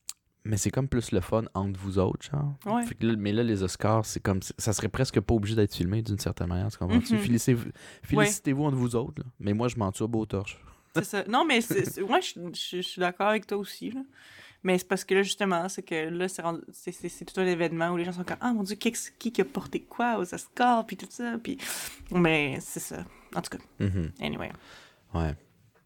mais c'est comme plus le fun entre vous autres, genre. Ouais. Fait que là, mais là, les Oscars, c'est comme... Ça serait presque pas obligé d'être filmé d'une certaine manière, tu comprends-tu? Mm-hmm. Félicitez-vous, félicitez-vous entre vous autres, là. Mais moi, je m'en tue à beau torche. C'est ça. Non, mais c'est, c'est... ouais, je, je, je suis d'accord avec toi aussi, là. Mais c'est parce que là, justement, c'est que là, c'est, rendu... c'est, c'est, c'est tout un événement où les gens sont comme « Ah, mon Dieu, qui, qui a porté quoi aux Oscars? » Puis tout ça, puis... Mais c'est ça. En tout cas. Mm-hmm. Anyway. Ouais.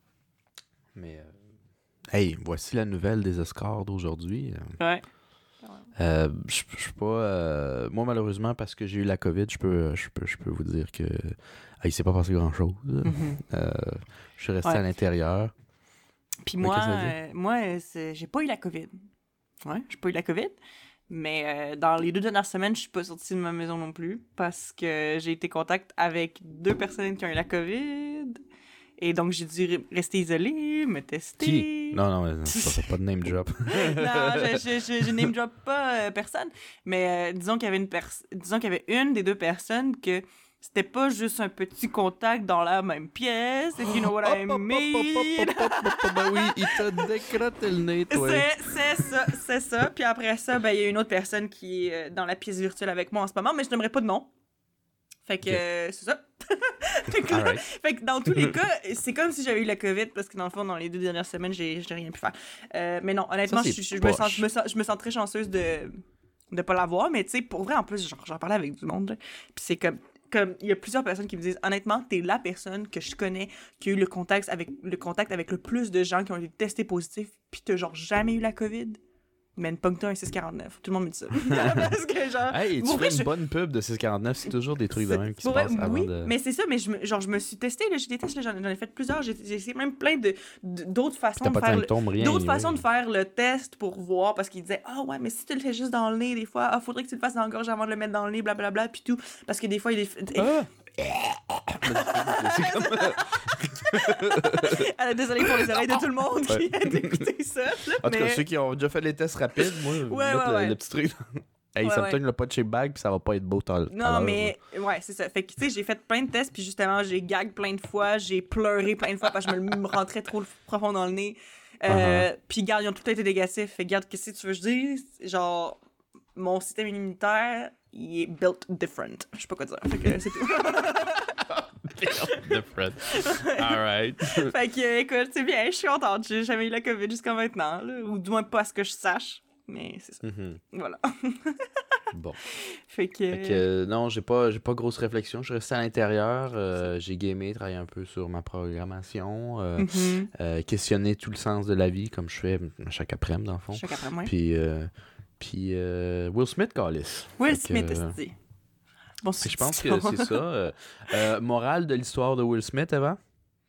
Mais... Euh... Hey, voici la nouvelle des Oscars d'aujourd'hui. Ouais. Euh, je suis pas... Euh... Moi, malheureusement, parce que j'ai eu la COVID, je peux, je peux, je peux vous dire que... Ah, il s'est pas passé grand-chose. Mm-hmm. Euh, je suis resté ouais. à l'intérieur. Puis moi, euh, moi c'est... j'ai pas eu la COVID. Ouais, j'ai pas eu la COVID. Mais euh, dans les deux dernières semaines, je suis pas sortie de ma maison non plus parce que j'ai été en contact avec deux personnes qui ont eu la COVID. Et donc, j'ai dû rester isolée, me tester. Qui? Non, non, ça fait pas de name drop. non, je, je, je, je name drop pas euh, personne. Mais euh, disons qu'il y avait une pers- disons qu'il y avait une des deux personnes que c'était pas juste un petit contact dans la même pièce, if you know what I mean. Ben oui, il t'a décroté le nez, toi. C'est, c'est ça, c'est ça. Puis après ça, ben il y a une autre personne qui est dans la pièce virtuelle avec moi en ce moment, mais je n'aimerais pas de nom. Fait que, okay. euh, c'est ça. fait, que là, right. fait que dans tous les cas, c'est comme si j'avais eu la COVID, parce que dans le fond, dans les deux dernières semaines, j'ai, j'ai rien pu faire. Euh, mais non, honnêtement, ça, je, je, me sens, je, me sens, je me sens très chanceuse de ne pas l'avoir, mais tu sais, pour vrai, en plus, genre, j'en parlais avec du monde, puis c'est comme, comme, il y a plusieurs personnes qui me disent, honnêtement, t'es la personne que je connais qui a eu le contact avec le, contact avec le plus de gens qui ont été testés positifs, puis t'as genre jamais eu la COVID. Mais une poncton un six quarante-neuf. Tout le monde me dit ça. Parce que genre... Hey, tu fais je... une bonne pub de six quarante-neuf, c'est toujours des trucs de même qui se passent avant oui, de... mais c'est ça, mais je me, genre, je me suis testée, là, j'ai des tests, là, j'en, j'en ai fait plusieurs, j'ai, j'ai essayé même plein de, de, d'autres façons T'as de pas faire... Le, rien, d'autres oui. façons de faire le test pour voir, parce qu'ils disaient « Ah oh, ouais, mais si tu le fais juste dans le nez, des fois, ah, faudrait que tu le fasses dans la gorge avant de le mettre dans le nez, blablabla, puis tout. » Parce que des fois, il y a des... Ah! C'est comme... Alors, désolé pour les oreilles de tout le monde qui a écouté ça. Là, en tout mais... cas, ceux qui ont déjà fait les tests rapides, moi, ouais, mettre ouais, le, ouais. le petit truc. Hey, ouais, ça ouais. me tengue le pas de chez Bag, puis ça va pas être beau tout Non, à mais ouais, c'est ça. Fait que tu sais, j'ai fait plein de tests, puis justement, j'ai gag plein de fois, j'ai pleuré plein de fois parce que je me, me rentrais trop profond dans le nez. Euh, uh-huh. Puis garde, ils ont tout été négatifs. Fait garde, qu'est-ce que tu veux que je dise? Genre, mon système immunitaire, il est built different. Je sais pas quoi dire. Fait que c'est tout. Different. All right. Fait que, écoute, c'est bien, je suis contente. J'ai jamais eu la COVID jusqu'à maintenant, là, ou du moins pas à ce que je sache. Mais c'est ça. Mm-hmm. Voilà. Bon. Fait que... Fait que non, j'ai pas, j'ai pas grosse réflexion. Je suis resté à l'intérieur. Euh, j'ai gamé, travaillé un peu sur ma programmation, euh, mm-hmm. euh, questionné tout le sens de la vie, comme je fais chaque après-midi, dans le fond. Chaque après-midi, oui. Puis, euh, puis euh, Will Smith, Callis. Will Smith, est-ce que... Bon, je pense que c'est ça. Euh, euh, morale de l'histoire de Will Smith, Eva?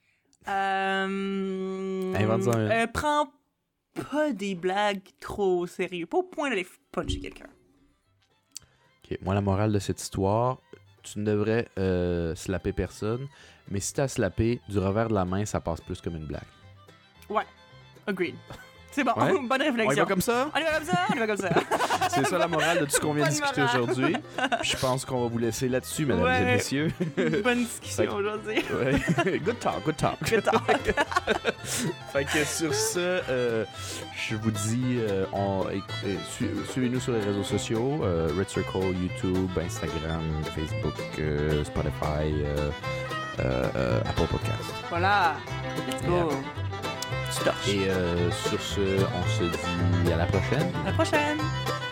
Euh... Invente-en un. Euh, prends pas des blagues trop sérieuses. Pas au point d'aller puncher quelqu'un. OK. Moi, la morale de cette histoire, tu ne devrais euh, slapper personne, mais si t'as slappé, du revers de la main, ça passe plus comme une blague. Ouais. Agreed. C'est bon, ouais. Bonne réflexion. On y va comme ça? On y va comme ça, on y va comme ça. C'est ça la morale de tout ce qu'on vient de discuter aujourd'hui. Puis je pense qu'on va vous laisser là-dessus, mesdames ouais. et messieurs. Bonne discussion que... aujourd'hui. Ouais. Good talk, good talk. Good talk. Fait que sur ce, euh, je vous dis, euh, on, euh, su- suivez-nous sur les réseaux sociaux, euh, Red Circle, YouTube, Instagram, Facebook, euh, Spotify, euh, euh, euh, Apple Podcast. Voilà. Let's go. Yeah. Et euh, sur ce, on se dit à la prochaine. À la prochaine.